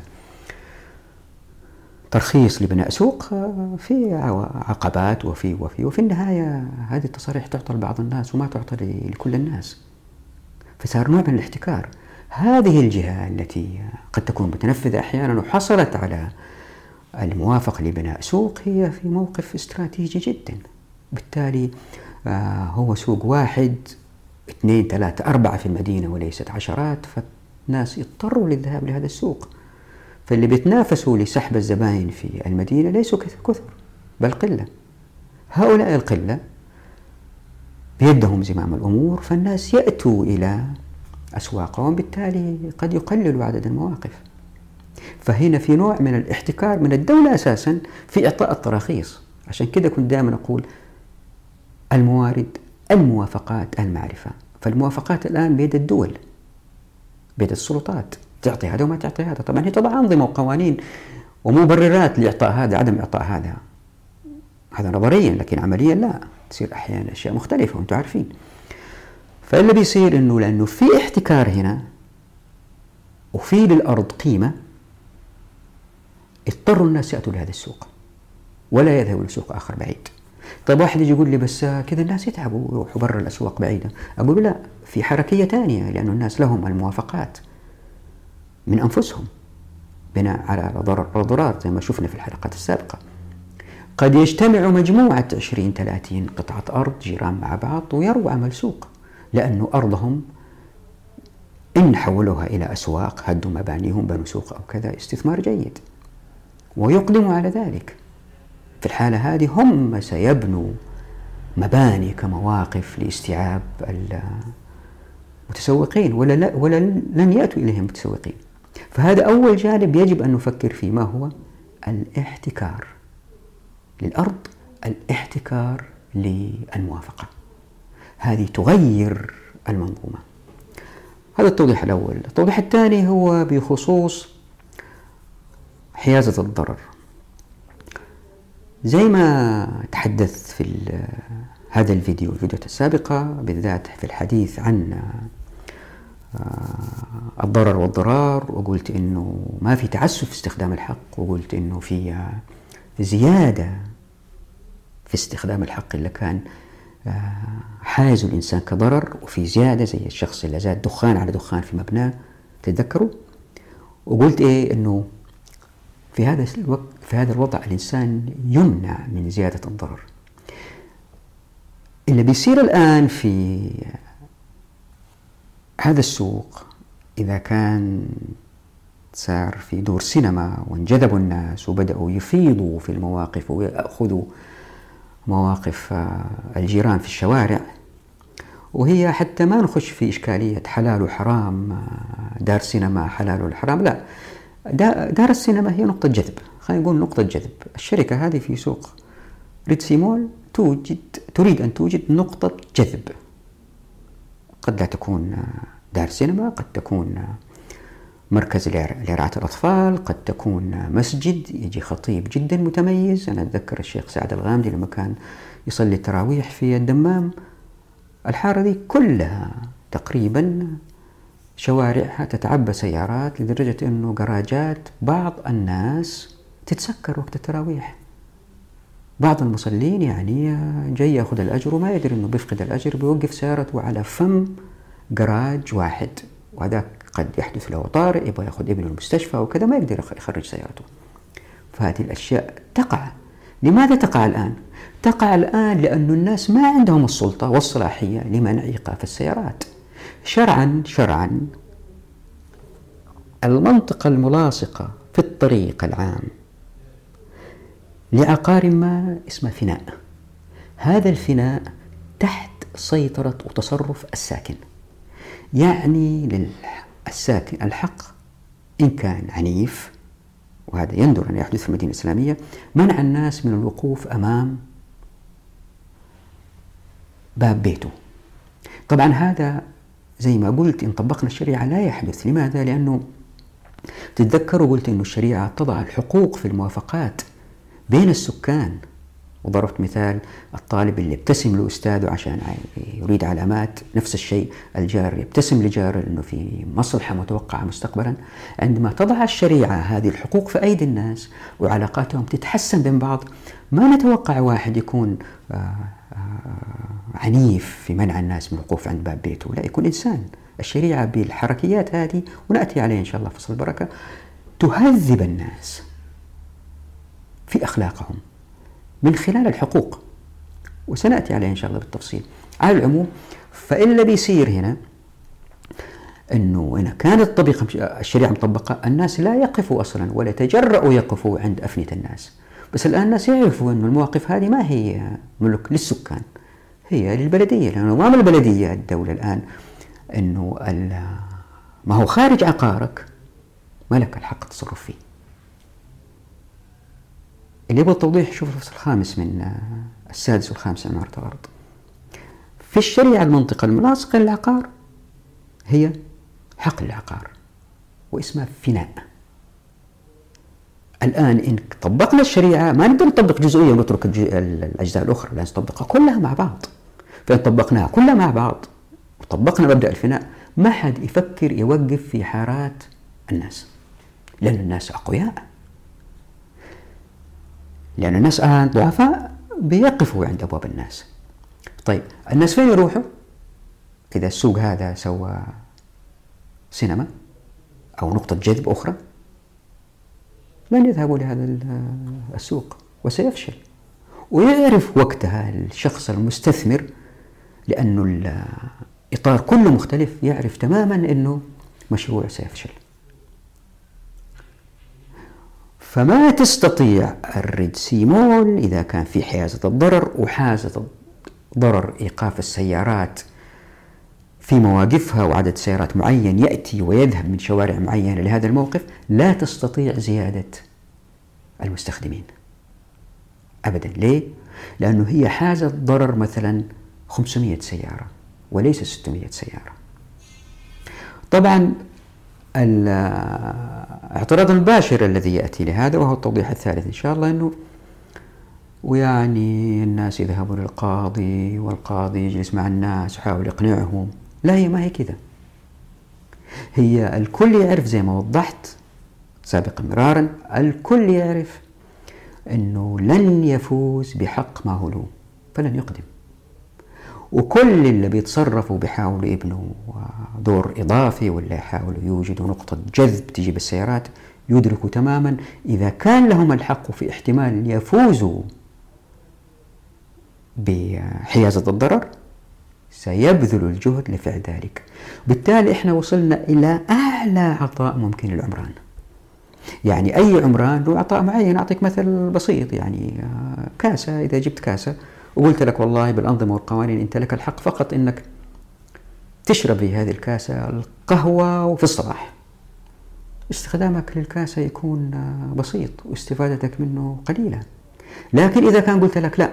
ترخيص لبناء سوق، في عقبات وفي النهاية هذه التصاريح تعطى لبعض الناس وما تعطى لكل الناس، فصار نوع من الاحتكار. هذه الجهة التي قد تكون متنفذة أحيانا وحصلت على الموافقة لبناء سوق هي في موقف استراتيجي جدا. بالتالي هو سوق 1 2 3 4 في المدينة وليست عشرات، فالناس يضطروا للذهاب لهذا السوق. فاللي بيتنافسوا لسحب الزبائن في المدينة ليسوا كثر بل قلة. هؤلاء القلة بيدهم زمام الأمور، فالناس يأتوا إلى أسواقهم، بالتالي قد يقللوا عدد المواقف. فهنا في نوع من الاحتكار من الدولة أساسا في إعطاء التراخيص. عشان كده كنت دائما أقول الموارد، الموافقات، المعرفة. فالموافقات الآن بيد الدول، بيد السلطات، تعطي هذا وما تعطي هذا. طبعا هي تضع أنظمة وقوانين ومبررات لإعطاء هذا عدم إعطاء هذا نظريا، لكن عمليا لا، تصير أحيانا أشياء مختلفة وأنتم عارفين. فاللي بيصير إنه لأنه في احتكار هنا وفي للأرض قيمة، اضطروا الناس يأتوا لهذا السوق ولا يذهبوا لسوق آخر بعيد. طيب واحد يجي يقول لي بس كذا الناس يتعبوا ويروحوا برا الأسواق بعيدة. أقول لا، في حركية ثانية، لأن الناس لهم الموافقات من أنفسهم بناء على ضرر زي ما شفنا في الحلقات السابقة. قد يجتمع مجموعة 20-30 قطعة أرض جيران مع بعض ويرووا عمل سوق، لأنه أرضهم إن حولوها إلى أسواق، هدوا مبانيهم، بنوا سوق أو كذا، استثمار جيد ويقدموا على ذلك. في الحالة هذه هم سيبنوا مباني كمواقف لاستيعاب المتسوقين، ولا لن يأتوا إليهم متسوقين. فهذا أول جانب يجب أن نفكر فيه، ما هو الاحتكار للأرض، الاحتكار للموافقة. هذه تغير المنظومة. هذا التوضيح الأول. التوضيح الثاني هو بخصوص حيازة الضرر. زي ما تحدثت في هذا الفيديوهات السابقة، بالذات في الحديث عن الضرر والضرار، وقلت إنه ما في تعسف في استخدام الحق، وقلت إنه في زيادة في استخدام الحق اللي كان حاز الإنسان كضرر، وفي زيادة زي الشخص اللي زاد دخان على دخان في مبناه، تتذكروا؟ وقلت إيه إنه في هذا الوضع الإنسان يمنع من زيادة الضرر. اللي بيصير الآن في هذا السوق، إذا كان صار في دور سينما وانجذبوا الناس وبدأوا يفيضوا في المواقف ويأخذوا مواقف الجيران في الشوارع. وهي حتى ما نخش في إشكالية حلال وحرام، دار سينما حلال ولا حرام، لا، دار السينما هي نقطة جذب، خلينا نقول نقطة جذب. الشركة هذه في سوق ريدسي مول تريد أن توجد نقطة جذب، قد لا تكون دار سينما، قد تكون مركز لرعاية الأطفال، قد تكون مسجد يجي خطيب جدا متميز. أنا أتذكر الشيخ سعد الغامدي لما كان يصلي التراويح في الدمام، الحارة دي كلها تقريبا شوارعها تتعبى سيارات، لدرجة أنه جراجات بعض الناس تتسكر وقت التراويح. بعض المصلين يعني جاي يأخذ الأجر وما يدري أنه بيفقد الأجر، بيوقف سيارته على فم جراج واحد، وهذاك قد يحدث له طارئ يبغى يأخذ ابنه المستشفى وكذا، ما يقدر يخرج سيارته. فهذه الأشياء تقع. لماذا تقع الآن؟ تقع الآن لأن الناس ما عندهم السلطة والصلاحية لمنع إيقاف السيارات. شرعا المنطقة الملاصقة في الطريق العام لعقار ما اسمه فناء، هذا الفناء تحت سيطرة وتصرف الساكن. يعني للساكن الحق إن كان عنيف، وهذا يندر أن يحدث في المدينة الإسلامية، منع الناس من الوقوف أمام باب بيته. طبعا هذا زي ما قلت إن طبقنا الشريعة لا يحدث. لماذا؟ لأنه تتذكروا قلت أن الشريعة تضع الحقوق في الموافقات بين السكان، وضربت مثال الطالب اللي يبتسم لأستاذه عشان يريد علامات، نفس الشيء الجار يبتسم لجاره لأنه في مصلحة متوقعة مستقبلا. عندما تضع الشريعة هذه الحقوق في أيدي الناس وعلاقاتهم تتحسن بين بعض، ما نتوقع واحد يكون عنيف في منع الناس من الوقوف عند باب بيته، لا، يكون إنسان. الشريعة بالحركيات هذه، ونأتي عليه إن شاء الله في فصل البركة، تهذب الناس في أخلاقهم من خلال الحقوق، وسنأتي عليه إن شاء الله بالتفصيل. على العموم، فإلا بيصير هنا أنه إن كانت الشريعة مطبقة، الناس لا يقفوا أصلا ولا يتجرؤوا يقفوا عند أفنية الناس. بس الآن الناس يعرفوا أن المواقف هذه ما هي ملك للسكان، هي للبلدية، لأنه ما من البلدية الدولة الآن أنه ما هو خارج عقارك ما لك الحق التصرف فيه. اللي يبغى التوضيح شوف الفصل الخامس من السادس والخامس عن عمارة الأرض. في الشريعة المنطقة الملاصقة للعقار هي حقل العقار واسمها فناء. الآن إن طبقنا الشريعة ما نقدر نطبق جزئية ونترك الأجزاء الأخرى، لازم نطبقها كلها مع بعض. فإن طبقناها كلها مع بعض وطبقنا مبدأ الفناء، ما حد يفكر يوقف في حارات الناس، لأن الناس أقوياء، لأن الناس ضعفاء بيقفوا عند أبواب الناس. طيب الناس فين يروحوا؟ إذا السوق هذا سوى سينما أو نقطة جذب أخرى، لن يذهبوا لهذا السوق وسيفشل. ويعرف وقتها الشخص المستثمر، لأنه الإطار كله مختلف، يعرف تماما أنه مشروع سيفشل. فما تستطيع الريدسي مول إذا كان في حيازة الضرر وحازة ضرر إيقاف السيارات في مواقفها وعدد سيارات معين يأتي ويذهب من شوارع معينة لهذا الموقف، لا تستطيع زيادة المستخدمين أبدا. ليه؟ لأنه هي حازة ضرر مثلا 500 سيارة وليس 600 سيارة. طبعا الاعتراض المباشر الذي يأتي لهذا، وهو التوضيح الثالث إن شاء الله، أنه ويعني الناس يذهبوا للقاضي والقاضي يجلس مع الناس ويحاول يقنعهم. لا، هي ما هي كذا. هي الكل يعرف زي ما وضحت سابقا مرارا، الكل يعرف أنه لن يفوز بحق ما هو له، فلن يقدم. وكل اللي بيتصرفوا بيحاولوا يبنوا دور إضافي ولا يحاولوا يوجدوا نقطة جذب تجيب السيارات، يدركوا تماما إذا كان لهم الحق في احتمال يفوزوا بحيازة الضرر سيبذلوا الجهد لفعل ذلك. بالتالي إحنا وصلنا إلى أعلى عطاء ممكن للعمران. يعني أي عمران له عطاء معين. أعطيك مثل بسيط، يعني كاسة، إذا جبت كاسة وقلت لك والله بالأنظمة والقوانين أنت لك الحق فقط أنك تشرب في هذه الكاسة القهوة في الصباح، استخدامك للكاسة يكون بسيط واستفادتك منه قليلة. لكن إذا كان قلت لك لا،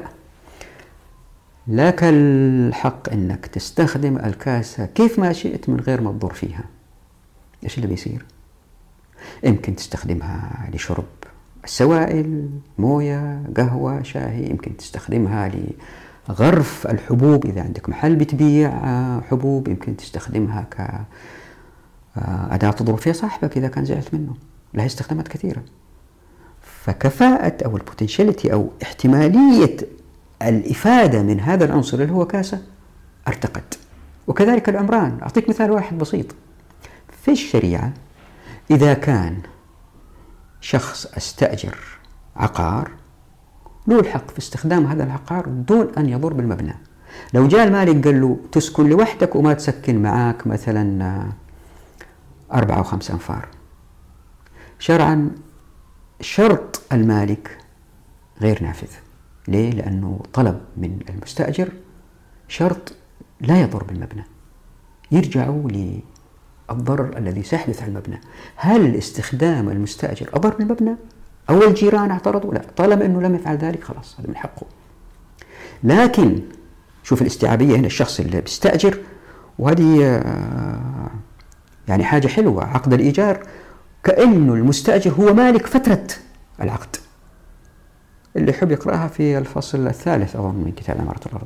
لك الحق أنك تستخدم الكاسة كيف ما شئت من غير ما تضر فيها، إيش اللي بيصير؟ يمكن تستخدمها لشرب السوائل، موية، قهوة، شاهي، يمكن تستخدمها لغرف الحبوب إذا عندك محل بتبيع حبوب، يمكن تستخدمها كأداة تضرب فيها صاحبك إذا كان زعلت منه، لها استخدامات كثيرة. فكفاءة أو البوتنشاليتي أو احتمالية الإفادة من هذا العنصر اللي هو كاسة ارتقت. وكذلك العمران. أعطيك مثال واحد بسيط. في الشريعة إذا كان شخص استأجر عقار له الحق في استخدام هذا العقار دون أن يضر بالمبنى. لو جاء المالك قال له تسكن لوحدك وما تسكن معاك مثلا 4 أو 5 أنفار، شرعا شرط المالك غير نافذ. ليه؟ لأنه طلب من المستأجر شرط لا يضر بالمبنى، يرجعوا للضرر الذي سيحدث على المبنى. هل استخدام المستأجر أضر بالمبنى أو الجيران اعترضوا؟ لا، طالما أنه لم يفعل ذلك خلاص هذا من حقه. لكن شوف الاستيعابية هنا، الشخص اللي بيستأجر، وهذه يعني حاجة حلوة، عقد الإيجار كأنه المستأجر هو مالك فترة العقد، اللي يحب يقرأها في الفصل الثالث أظن من كتاب عمارة الأرض،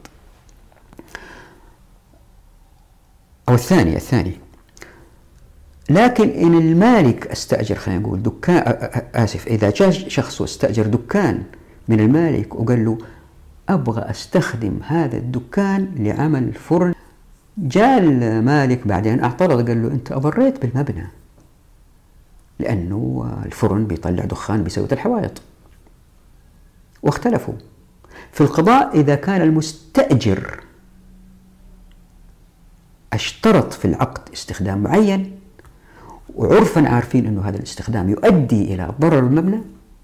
أو الثاني. لكن إن المالك استأجر، خلينا نقول دكان، إذا جاء شخص واستأجر دكان من المالك وقال له أبغى أستخدم هذا الدكان لعمل فرن، جاء المالك بعدين اعترض قال له أنت أضريت بالمبنى لأنه الفرن بيطلع دخان بيسوي الحوائط، واختلفوا في القضاء. إذا كان المستأجر اشترط في العقد استخدام معين وعرفا عارفين أنه هذا الاستخدام يؤدي إلى ضرر المبنى،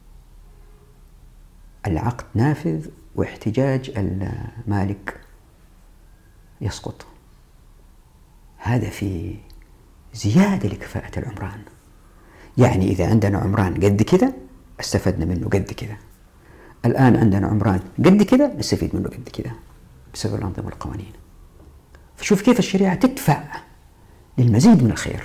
العقد نافذ واحتجاج المالك يسقط. هذا في زيادة لكفاءة العمران. يعني إذا عندنا عمران قد كده استفدنا منه قد كده، الآن عندنا عمران قد كده نستفيد منه قد كده بسبب الأنظمة والقوانين. فشوف كيف الشريعة تدفع للمزيد من الخير.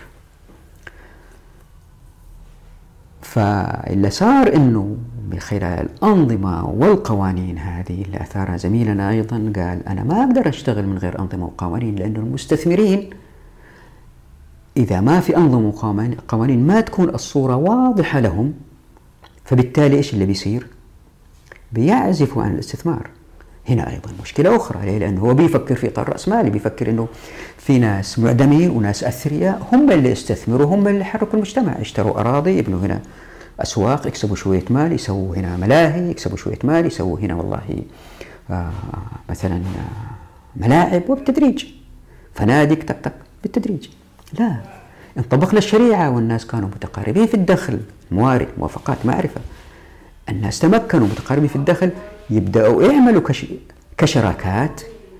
فاللي صار إنه من خلال الأنظمة والقوانين هذه اللي أثارها زميلنا أيضا، قال أنا ما أقدر أشتغل من غير أنظمة وقوانين، لأنه المستثمرين إذا ما في أنظمة وقوانين ما تكون الصورة واضحة لهم، فبالتالي إيش اللي بيصير؟ بيعزفوا عن الاستثمار. هنا أيضا مشكلة أخرى. ليه؟ لأنه هو بيفكر في إطار رأسمالي، بيفكر إنه في ناس معدمين وناس أثرياء هم اللي استثمروا، هم اللي حركوا المجتمع، اشتروا أراضي، يبنوا هنا أسواق، يكسبوا شوية مال، يسووا هنا ملاهي، يكسبوا شوية مال، يسووا هنا والله مثلا ملاعب، وبالتدريج فنادق تك بالتدريج. لا، انطبقنا الشريعة والناس كانوا متقاربين في الدخل، موارد، موافقات، معرفة، الناس تمكنوا متقاربين في الدخل، يبدأوا يعملوا كشراكات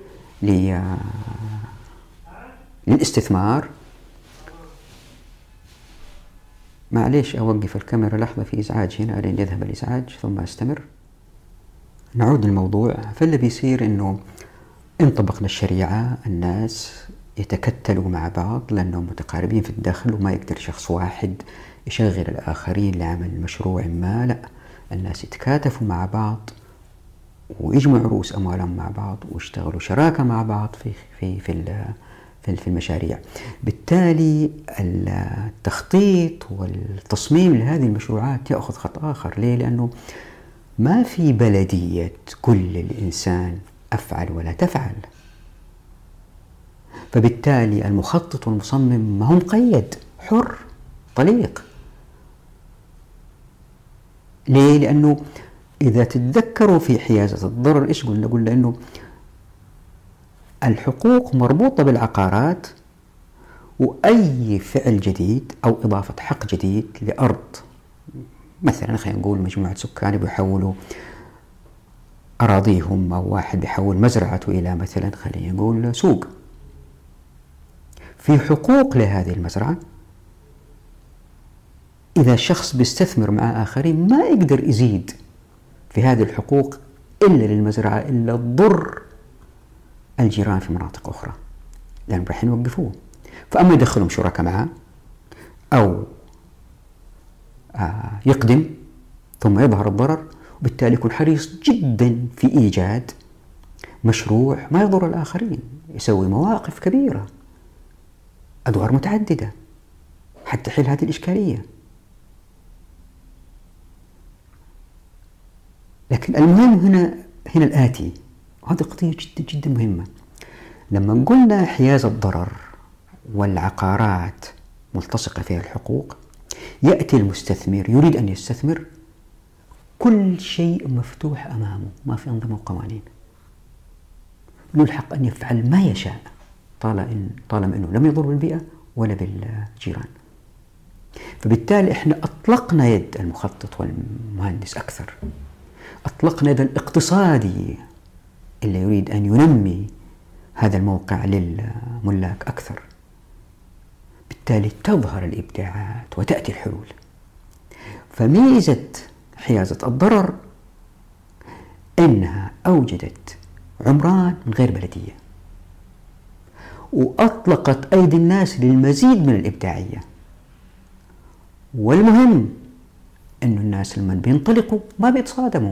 للاستثمار. معليش أوقف الكاميرا لحظة، في إزعاج هنا لين يذهب الإزعاج ثم أستمر. نعود للموضوع. فاللي بيصير إنه انطبقنا الشريعة، الناس يتكتلوا مع بعض لأنهم متقاربين في الدخل، وما يقدر شخص واحد يشغل الآخرين لعمل مشروع ما، لا، الناس يتكاتفوا مع بعض ويجمعوا رؤوس أموالهم مع بعض ويشتغلوا شراكة مع بعض في المشاريع. بالتالي التخطيط والتصميم لهذه المشروعات يأخذ خط آخر. ليه؟ لأنه ما في بلدية كل الإنسان أفعل ولا تفعل، فبالتالي المخطط والمصمم ما هو مقيد، حر طليق. ليه؟ لأنه إذا تتذكروا في حيازة الضرر إيش قلنا؟ قلنا أنه الحقوق مربوطة بالعقارات، وأي فعل جديد أو إضافة حق جديد لأرض مثلا خلينا نقول مجموعة سكان بيحولوا أراضيهم، أو واحد بيحول مزرعته إلى مثلا خلينا نقول سوق، في حقوق لهذه المزرعة. إذا الشخص بيستثمر مع آخرين ما يقدر يزيد في هذه الحقوق إلا للمزرعة، إلا تضر الجيران في مناطق أخرى، لأن راح يوقفوه. فأما يدخلهم شركاء معه أو يقدم ثم يظهر الضرر، وبالتالي يكون حريص جدا في إيجاد مشروع ما يضر الآخرين، يسوي مواقف كبيرة أدوار متعددة حتى يحل هذه الإشكالية. لكن المهم هنا الآتي، وهذه قضية جدا جدا مهمة. لما قلنا حياز الضرر والعقارات ملتصقة فيها الحقوق، يأتي المستثمر يريد أن يستثمر، كل شيء مفتوح أمامه، ما في أنظمة وقوانين، له الحق أن يفعل ما يشاء طالما أنه لم يضر بالبيئة ولا بالجيران. فبالتالي إحنا أطلقنا يد المخطط والمهندس أكثر، أطلقنا يد الاقتصادي اللي يريد أن ينمي هذا الموقع للملاك أكثر. بالتالي تظهر الإبداعات وتأتي الحلول. فميزة حيازة الضرر إنها أوجدت عمران من غير بلدية، وأطلقت أيدي الناس للمزيد من الإبداعية. والمهم إنه الناس لما بينطلقوا ما بيتصادموا.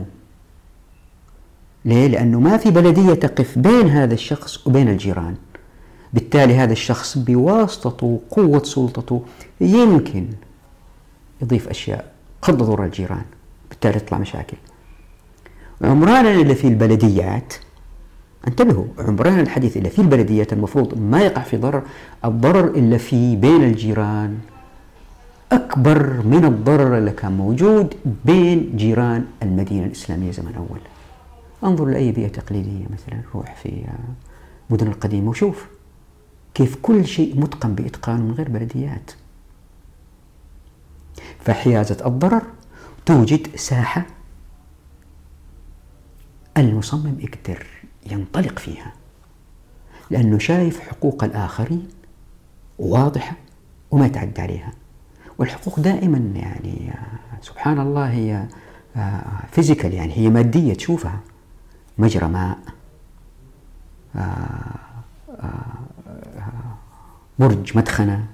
ليه؟ لأنه ما في بلدية تقف بين هذا الشخص وبين الجيران. بالتالي هذا الشخص بواسطته وقوة سلطته يمكن يضيف أشياء قد تضر الجيران، بالتالي تطلع مشاكل. عمران اللي في البلديات، انتبهوا، عمران الحديث اللي في البلديات المفروض ما يقع في ضرر. الضرر اللي في بين الجيران أكبر من الضرر اللي كان موجود بين جيران المدينة الإسلامية زمن أول. انظر لأي بيئة تقليدية مثلا، روح في مدن القديمة وشوف كيف كل شيء متقن بإتقان من غير بلديات. فحيازة الضرر توجد ساحة المصمم يقدر ينطلق فيها، لأنه شايف حقوق الآخرين واضحة وما يتعدى عليها. والحقوق دائما يعني سبحان الله هي فيزيكال، يعني هي مادية، تشوفها مجرى ماء، برج، مدخنة،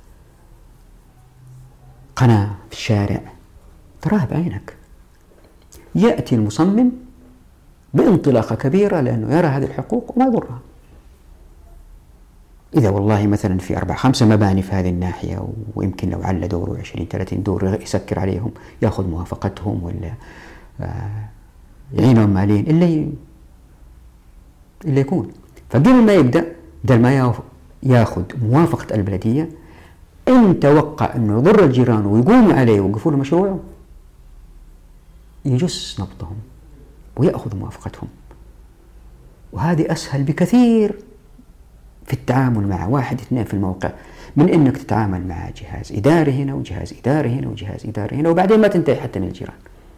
قناة في الشارع، تراها بعينك. يأتي المصمم بانطلاقة كبيرة لأنه يرى هذه الحقوق وما يضرها. إذا والله مثلا في 4-5 مباني في هذه الناحية، ويمكن لو على دور 20-30 دور يسكر عليهم، يأخذ موافقتهم ولا يعينهم ماليا اللي يكون. فقبل ما يبدأ، بدل ما ياخذ موافقة البلدية، إن توقع أنه يضر الجيران ويقوموا عليه ويوقفوا له مشروعه، يجس نبضهم ويأخذ موافقتهم. وهذه أسهل بكثير في التعامل مع 1-2 في الموقع، من أنك تتعامل مع جهاز إداري هنا وجهاز إداري هنا وجهاز إداري هنا، وبعدين ما تنتهي حتى من الجيران.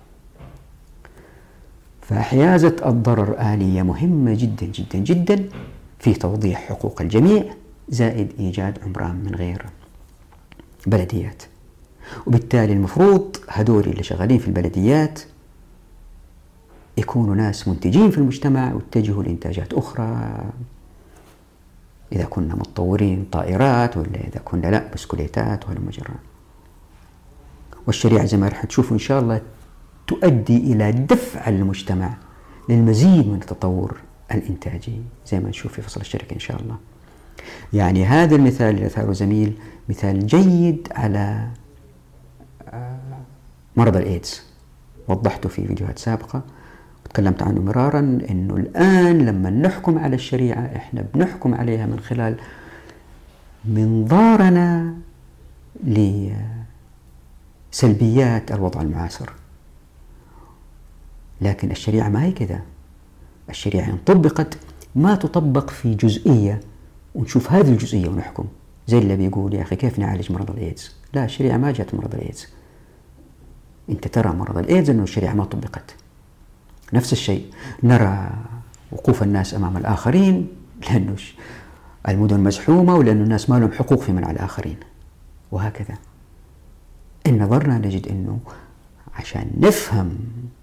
فحيازة الضرر آلية مهمة جدا جدا جدا في توضيح حقوق الجميع، زائد إيجاد عمران من غير بلديات. وبالتالي المفروض هدول اللي شغالين في البلديات يكونوا ناس منتجين في المجتمع ويتجهوا لإنتاجات أخرى، إذا كنا متطورين طائرات، ولا إذا كنا لا بسكوليتات ولا مجرى. والشريعة زي ما رح تشوفوا إن شاء الله تؤدي إلى دفع المجتمع للمزيد من التطور الإنتاجي، زي ما نشوف في فصل الشركة إن شاء الله. يعني هذا المثال اللي أثاره زميل مثال جيد على مرض الإيدز، وضحته في فيديوهات سابقة وتكلمت عنه مرارا، إنه الآن لما نحكم على الشريعة إحنا بنحكم عليها من خلال منظارنا لسلبيات الوضع المعاصر. لكن الشريعة ما هي كذا. الشريعة إن طبقت ما تطبق في جزئية ونشوف هذه الجزئية ونحكم، زي اللي بيقول يا أخي كيف نعالج مرض الإيدز. لا، الشريعة ما جاءت مرض الإيدز، أنت ترى مرض الإيدز أنه الشريعة ما طبقت. نفس الشيء نرى وقوف الناس أمام الآخرين لأنه المدن مزحومة ولأن الناس ما لهم حقوق في منع الآخرين، وهكذا. إن نظرنا نجد أنه عشان نفهم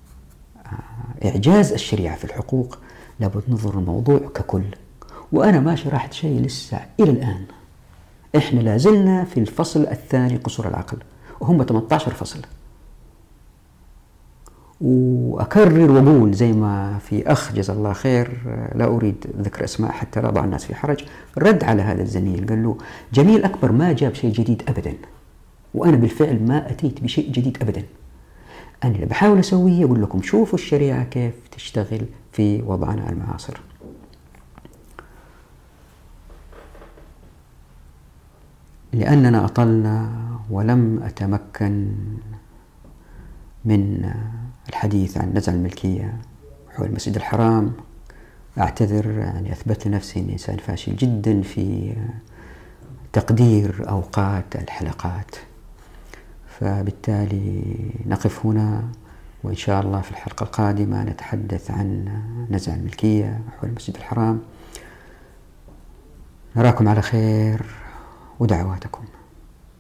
إعجاز الشريعة في الحقوق لابد ننظر الموضوع ككل. وأنا ما شرحت شيء لسه إلى الآن. إحنا لازلنا في الفصل الثاني قصور العقل، وهم 18 فصل. وأكرر وأقول زي ما في أخ جزا الله خير، لا أريد ذكر أسماء حتى لا أضع الناس في حرج، رد على هذا الزميل قال له جميل أكبر ما جاب شيء جديد أبدا، وأنا بالفعل ما أتيت بشيء جديد أبدا. أنا اللي بحاول أسويه أقول لكم شوفوا الشريعة كيف تشتغل في وضعنا المعاصر. لأننا أطلنا ولم أتمكن من الحديث عن نزع الملكية حول المسجد الحرام، أعتذر، يعني أثبت لنفسي أني إنسان فاشل جدا في تقدير أوقات الحلقات، فبالتالي نقف هنا، وإن شاء الله في الحلقة القادمة نتحدث عن نزع الملكية حول المسجد الحرام. نراكم على خير ودعواتكم.